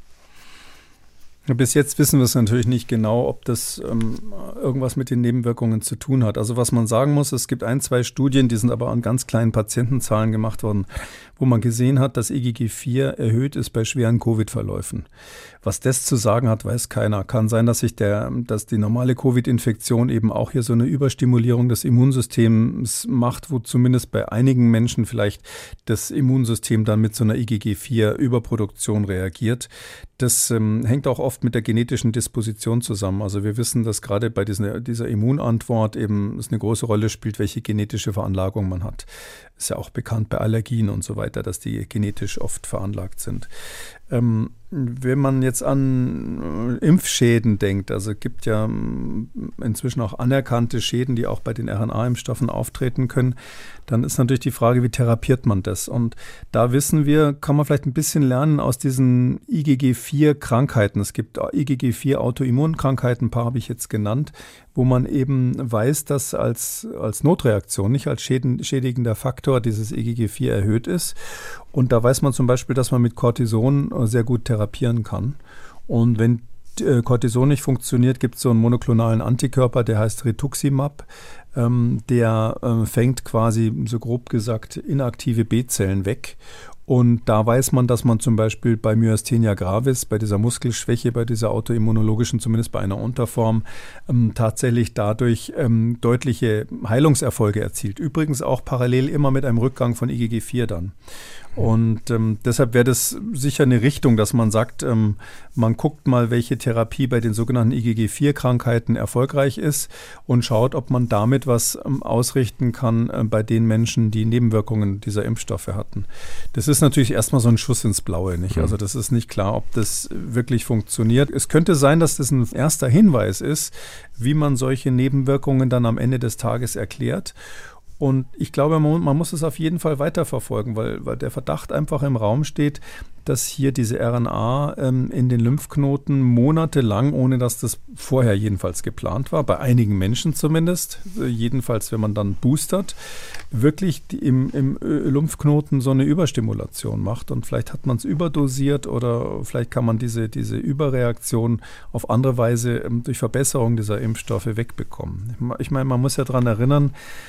Bis jetzt wissen wir es natürlich nicht genau, ob das irgendwas mit den Nebenwirkungen zu tun hat. Also was man sagen muss, es gibt 1-2 Studien, die sind aber an ganz kleinen Patientenzahlen gemacht worden, wo man gesehen hat, dass IgG4 erhöht ist bei schweren Covid-Verläufen. Was das zu sagen hat, weiß keiner. Kann sein, dass die normale Covid-Infektion eben auch hier so eine Überstimulierung des Immunsystems macht, wo zumindest bei einigen Menschen vielleicht das Immunsystem dann mit so einer IgG4-Überproduktion reagiert. Das hängt auch oft mit der genetischen Disposition zusammen. Also wir wissen, dass gerade bei dieser Immunantwort eben es eine große Rolle spielt, welche genetische Veranlagung man hat. Ist ja auch bekannt bei Allergien und so weiter, dass die genetisch oft veranlagt sind. Wenn man jetzt an Impfschäden denkt, also es gibt ja inzwischen auch anerkannte Schäden, die auch bei den RNA-Impfstoffen auftreten können, dann ist natürlich die Frage, wie therapiert man das? Und da wissen wir, kann man vielleicht ein bisschen lernen aus diesen IgG4-Krankheiten. Es gibt IgG4-Autoimmunkrankheiten, ein paar habe ich jetzt genannt, wo man eben weiß, dass als Notreaktion, nicht als schädigender Faktor dieses IgG4 erhöht ist. Und da weiß man zum Beispiel, dass man mit Cortison sehr gut therapieren kann. Und wenn Cortison nicht funktioniert, gibt es so einen monoklonalen Antikörper, der heißt Rituximab. Der fängt quasi, so grob gesagt, inaktive B-Zellen weg. Und da weiß man, dass man zum Beispiel bei Myasthenia gravis, bei dieser Muskelschwäche, bei dieser autoimmunologischen, zumindest bei einer Unterform, tatsächlich dadurch deutliche Heilungserfolge erzielt. Übrigens auch parallel immer mit einem Rückgang von IgG4 dann. Und deshalb wäre das sicher eine Richtung, dass man sagt, man guckt mal, welche Therapie bei den sogenannten IgG4-Krankheiten erfolgreich ist und schaut, ob man damit was ausrichten kann bei den Menschen, die Nebenwirkungen dieser Impfstoffe hatten. Das ist natürlich erstmal so ein Schuss ins Blaue, nicht? Also das ist nicht klar, ob das wirklich funktioniert. Es könnte sein, dass das ein erster Hinweis ist, wie man solche Nebenwirkungen dann am Ende des Tages erklärt. Und ich glaube, man muss es auf jeden Fall weiterverfolgen, weil der Verdacht einfach im Raum steht, dass hier diese RNA in den Lymphknoten monatelang, ohne dass das vorher jedenfalls geplant war, bei einigen Menschen zumindest, jedenfalls wenn man dann boostert, wirklich im Lymphknoten so eine Überstimulation macht. Und vielleicht hat man es überdosiert oder vielleicht kann man diese Überreaktion auf andere Weise durch Verbesserung dieser Impfstoffe wegbekommen. Ich meine, man muss ja daran erinnern,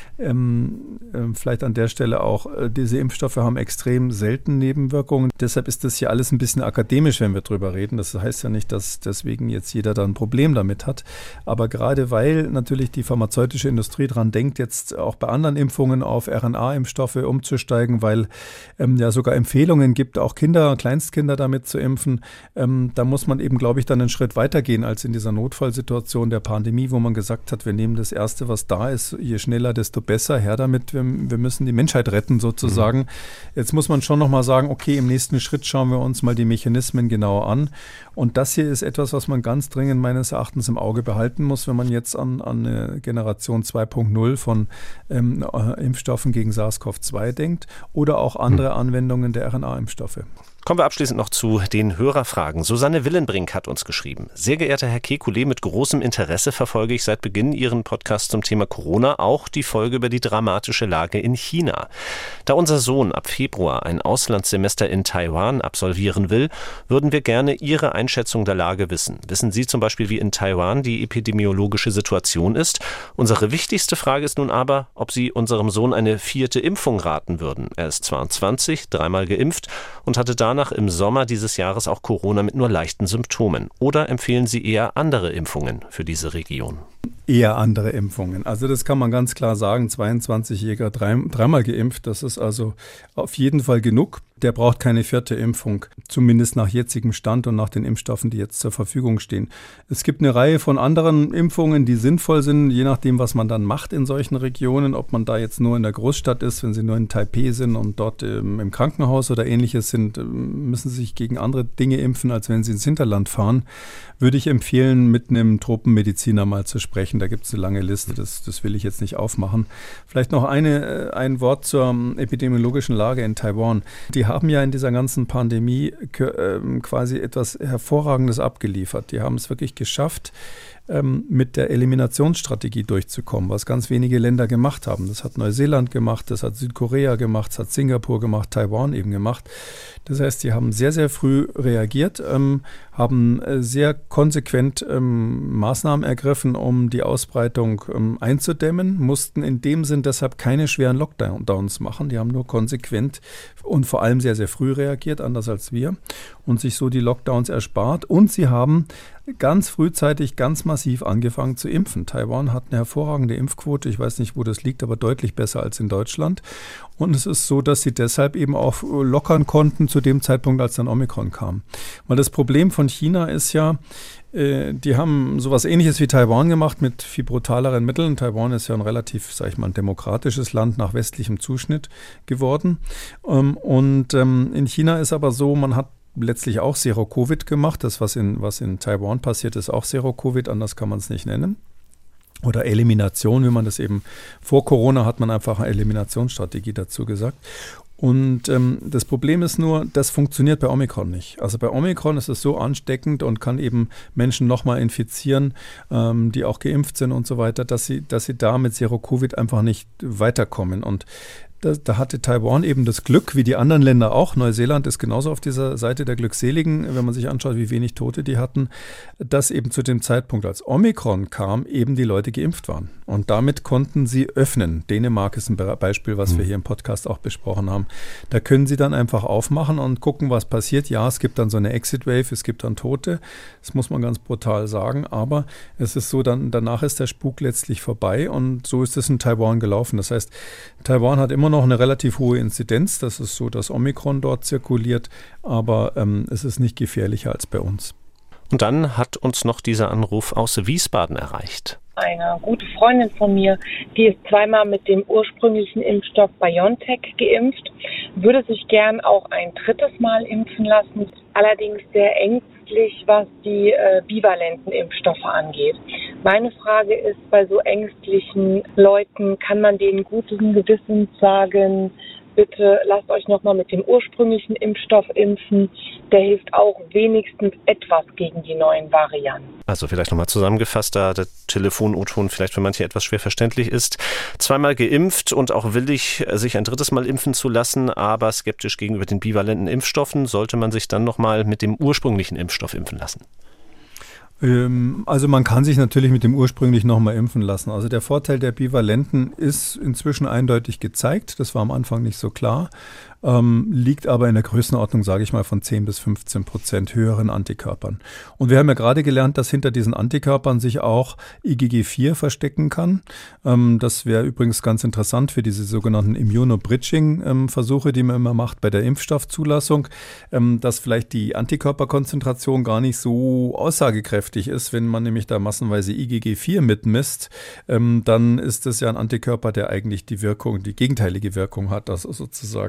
vielleicht an der Stelle auch, diese Impfstoffe haben extrem selten Nebenwirkungen. Deshalb ist das hier alles ein bisschen akademisch, wenn wir drüber reden. Das heißt ja nicht, dass deswegen jetzt jeder da ein Problem damit hat. Aber gerade weil natürlich die pharmazeutische Industrie dran denkt, jetzt auch bei anderen Impfungen auf RNA-Impfstoffe umzusteigen, weil ja sogar Empfehlungen gibt, auch Kleinstkinder damit zu impfen, da muss man eben, glaube ich, dann einen Schritt weitergehen als in dieser Notfallsituation der Pandemie, wo man gesagt hat, wir nehmen das Erste, was da ist, je schneller, desto besser, her damit, wir müssen die Menschheit retten sozusagen. Jetzt muss man schon nochmal sagen, okay, im nächsten Schritt schauen wir uns mal die Mechanismen genauer an. Und das hier ist etwas, was man ganz dringend meines Erachtens im Auge behalten muss, wenn man jetzt an eine Generation 2.0 von Impfstoffen gegen SARS-CoV-2 denkt oder auch andere Anwendungen der RNA-Impfstoffe. Kommen wir abschließend noch zu den Hörerfragen. Susanne Willenbrink hat uns geschrieben. Sehr geehrter Herr Kekulé, mit großem Interesse verfolge ich seit Beginn Ihren Podcast zum Thema Corona auch die Folge über die dramatische Lage in China. Da unser Sohn ab Februar ein Auslandssemester in Taiwan absolvieren will, würden wir gerne Ihre Einschätzung der Lage wissen. Wissen Sie zum Beispiel, wie in Taiwan die epidemiologische Situation ist? Unsere wichtigste Frage ist nun aber, ob Sie unserem Sohn eine 4. Impfung raten würden. Er ist 22, 3-mal geimpft und hatte danach im Sommer dieses Jahres auch Corona mit nur leichten Symptomen. Oder empfehlen Sie eher andere Impfungen für diese Region? Eher andere Impfungen. Also das kann man ganz klar sagen. 22-Jähriger, 3-mal geimpft, das ist also auf jeden Fall genug. Der braucht keine 4. Impfung, zumindest nach jetzigem Stand und nach den Impfstoffen, die jetzt zur Verfügung stehen. Es gibt eine Reihe von anderen Impfungen, die sinnvoll sind, je nachdem, was man dann macht in solchen Regionen. Ob man da jetzt nur in der Großstadt ist, wenn Sie nur in Taipei sind und dort im Krankenhaus oder Ähnliches sind, müssen Sie sich gegen andere Dinge impfen, als wenn Sie ins Hinterland fahren. Würde ich empfehlen, mit einem Tropenmediziner mal zu sprechen. Da gibt es eine lange Liste, das will ich jetzt nicht aufmachen. Vielleicht noch ein Wort zur epidemiologischen Lage in Taiwan. Die haben ja in dieser ganzen Pandemie quasi etwas Hervorragendes abgeliefert. Die haben es wirklich geschafft, mit der Eliminationsstrategie durchzukommen, was ganz wenige Länder gemacht haben. Das hat Neuseeland gemacht, das hat Südkorea gemacht, das hat Singapur gemacht, Taiwan eben gemacht. Das heißt, die haben sehr, sehr früh reagiert, haben sehr konsequent Maßnahmen ergriffen, um die Ausbreitung einzudämmen, mussten in dem Sinn deshalb keine schweren Lockdowns machen. Die haben nur konsequent und vor allem sehr, sehr früh reagiert, anders als wir, und sich so die Lockdowns erspart. Und sie haben ganz frühzeitig, ganz massiv angefangen zu impfen. Taiwan hat eine hervorragende Impfquote. Ich weiß nicht, wo das liegt, aber deutlich besser als in Deutschland. Und es ist so, dass sie deshalb eben auch lockern konnten zu dem Zeitpunkt, als dann Omikron kam. Weil das Problem von China ist ja, die haben sowas Ähnliches wie Taiwan gemacht mit viel brutaleren Mitteln. Taiwan ist ja ein relativ, sag ich mal, ein demokratisches Land nach westlichem Zuschnitt geworden. In China ist aber so, man hat letztlich auch Zero-Covid gemacht. Das, was in Taiwan passiert, ist auch Zero-Covid, anders kann man es nicht nennen. Oder Elimination, wie man das eben vor Corona hat man einfach eine Eliminationsstrategie dazu gesagt. Und das Problem ist nur, das funktioniert bei Omikron nicht. Also bei Omikron ist es so ansteckend und kann eben Menschen nochmal infizieren, die auch geimpft sind und so weiter, dass sie da mit Zero-Covid einfach nicht weiterkommen. Und da hatte Taiwan eben das Glück, wie die anderen Länder auch. Neuseeland ist genauso auf dieser Seite der Glückseligen, wenn man sich anschaut, wie wenig Tote die hatten, dass eben zu dem Zeitpunkt, als Omikron kam, eben die Leute geimpft waren. Und damit konnten sie öffnen. Dänemark ist ein Beispiel, was wir hier im Podcast auch besprochen haben. Da können sie dann einfach aufmachen und gucken, was passiert. Ja, es gibt dann so eine Exit-Wave, es gibt dann Tote. Das muss man ganz brutal sagen. Aber es ist so, danach ist der Spuk letztlich vorbei. Und so ist es in Taiwan gelaufen. Das heißt, Taiwan hat immer noch eine relativ hohe Inzidenz. Das ist so, dass Omikron dort zirkuliert. Aber es ist nicht gefährlicher als bei uns. Und dann hat uns noch dieser Anruf aus Wiesbaden erreicht. Eine gute Freundin von mir, die ist 2-mal mit dem ursprünglichen Impfstoff BioNTech geimpft, würde sich gern auch ein 3. Mal impfen lassen, allerdings sehr ängstlich, was die bivalenten Impfstoffe angeht. Meine Frage ist, bei so ängstlichen Leuten, kann man denen guten Gewissens sagen, bitte lasst euch nochmal mit dem ursprünglichen Impfstoff impfen. Der hilft auch wenigstens etwas gegen die neuen Varianten. Also vielleicht nochmal zusammengefasst, da der Telefon-O-Ton vielleicht für manche etwas schwer verständlich ist. 2-mal geimpft und auch willig, sich ein 3. Mal impfen zu lassen, aber skeptisch gegenüber den bivalenten Impfstoffen, sollte man sich dann nochmal mit dem ursprünglichen Impfstoff impfen lassen? Also man kann sich natürlich mit dem ursprünglichen nochmal impfen lassen. Also der Vorteil der Bivalenten ist inzwischen eindeutig gezeigt. Das war am Anfang nicht so klar. Liegt aber in der Größenordnung, sage ich mal, von 10-15% höheren Antikörpern. Und wir haben ja gerade gelernt, dass hinter diesen Antikörpern sich auch IgG4 verstecken kann. Das wäre übrigens ganz interessant für diese sogenannten Immunobridging-Versuche, die man immer macht bei der Impfstoffzulassung, dass vielleicht die Antikörperkonzentration gar nicht so aussagekräftig ist. Wenn man nämlich da massenweise IgG4 mitmisst, dann ist das ja ein Antikörper, der eigentlich die gegenteilige Wirkung hat, also sozusagen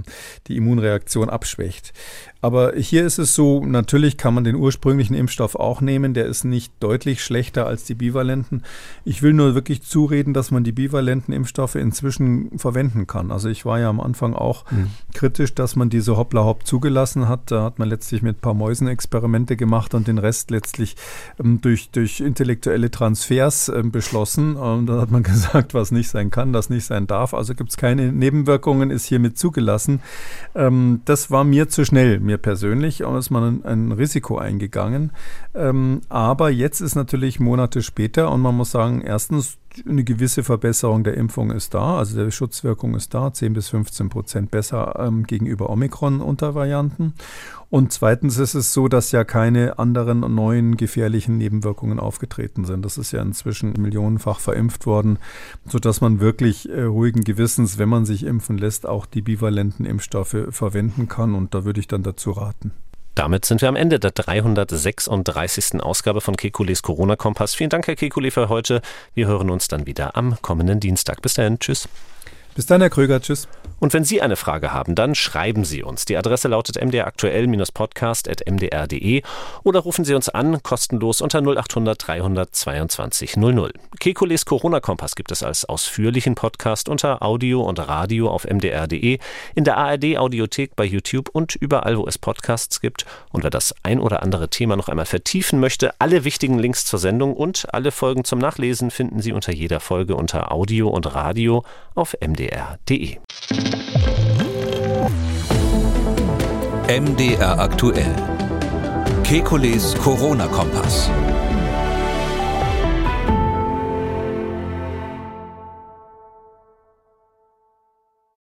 die Immunreaktion abschwächt. Aber hier ist es so, natürlich kann man den ursprünglichen Impfstoff auch nehmen, der ist nicht deutlich schlechter als die bivalenten. Ich will nur wirklich zureden, dass man die bivalenten Impfstoffe inzwischen verwenden kann. Also ich war ja am Anfang auch kritisch, dass man diese Hoppla-Hopp zugelassen hat. Da hat man letztlich mit ein paar Mäusen Experimente gemacht und den Rest letztlich durch intellektuelle Transfers beschlossen. Und dann hat man gesagt, was nicht sein kann, das nicht sein darf. Also gibt es keine Nebenwirkungen, ist hiermit zugelassen. Das war mir zu schnell, mir persönlich, und ist man ein Risiko eingegangen. Aber jetzt ist natürlich Monate später und man muss sagen, erstens, eine gewisse Verbesserung der Impfung ist da, also der Schutzwirkung ist da, 10-15% besser gegenüber Omikron-Untervarianten. Und zweitens ist es so, dass ja keine anderen neuen gefährlichen Nebenwirkungen aufgetreten sind. Das ist ja inzwischen millionenfach verimpft worden, sodass man wirklich ruhigen Gewissens, wenn man sich impfen lässt, auch die bivalenten Impfstoffe verwenden kann. Und da würde ich dann dazu raten. Damit sind wir am Ende der 336. Ausgabe von Kekules Corona-Kompass. Vielen Dank, Herr Kekulé, für heute. Wir hören uns dann wieder am kommenden Dienstag. Bis dahin, tschüss. Bis dann, Herr Kröger, tschüss. Und wenn Sie eine Frage haben, dann schreiben Sie uns. Die Adresse lautet mdraktuell-podcast@mdr.de oder rufen Sie uns an, kostenlos unter 0800 322 00. Kekules Corona-Kompass gibt es als ausführlichen Podcast unter Audio und Radio auf mdr.de, in der ARD-Audiothek, bei YouTube und überall, wo es Podcasts gibt. Und wer das ein oder andere Thema noch einmal vertiefen möchte, alle wichtigen Links zur Sendung und alle Folgen zum Nachlesen finden Sie unter jeder Folge unter Audio und Radio auf mdr.de. MDR aktuell. Kekules Corona-Kompass.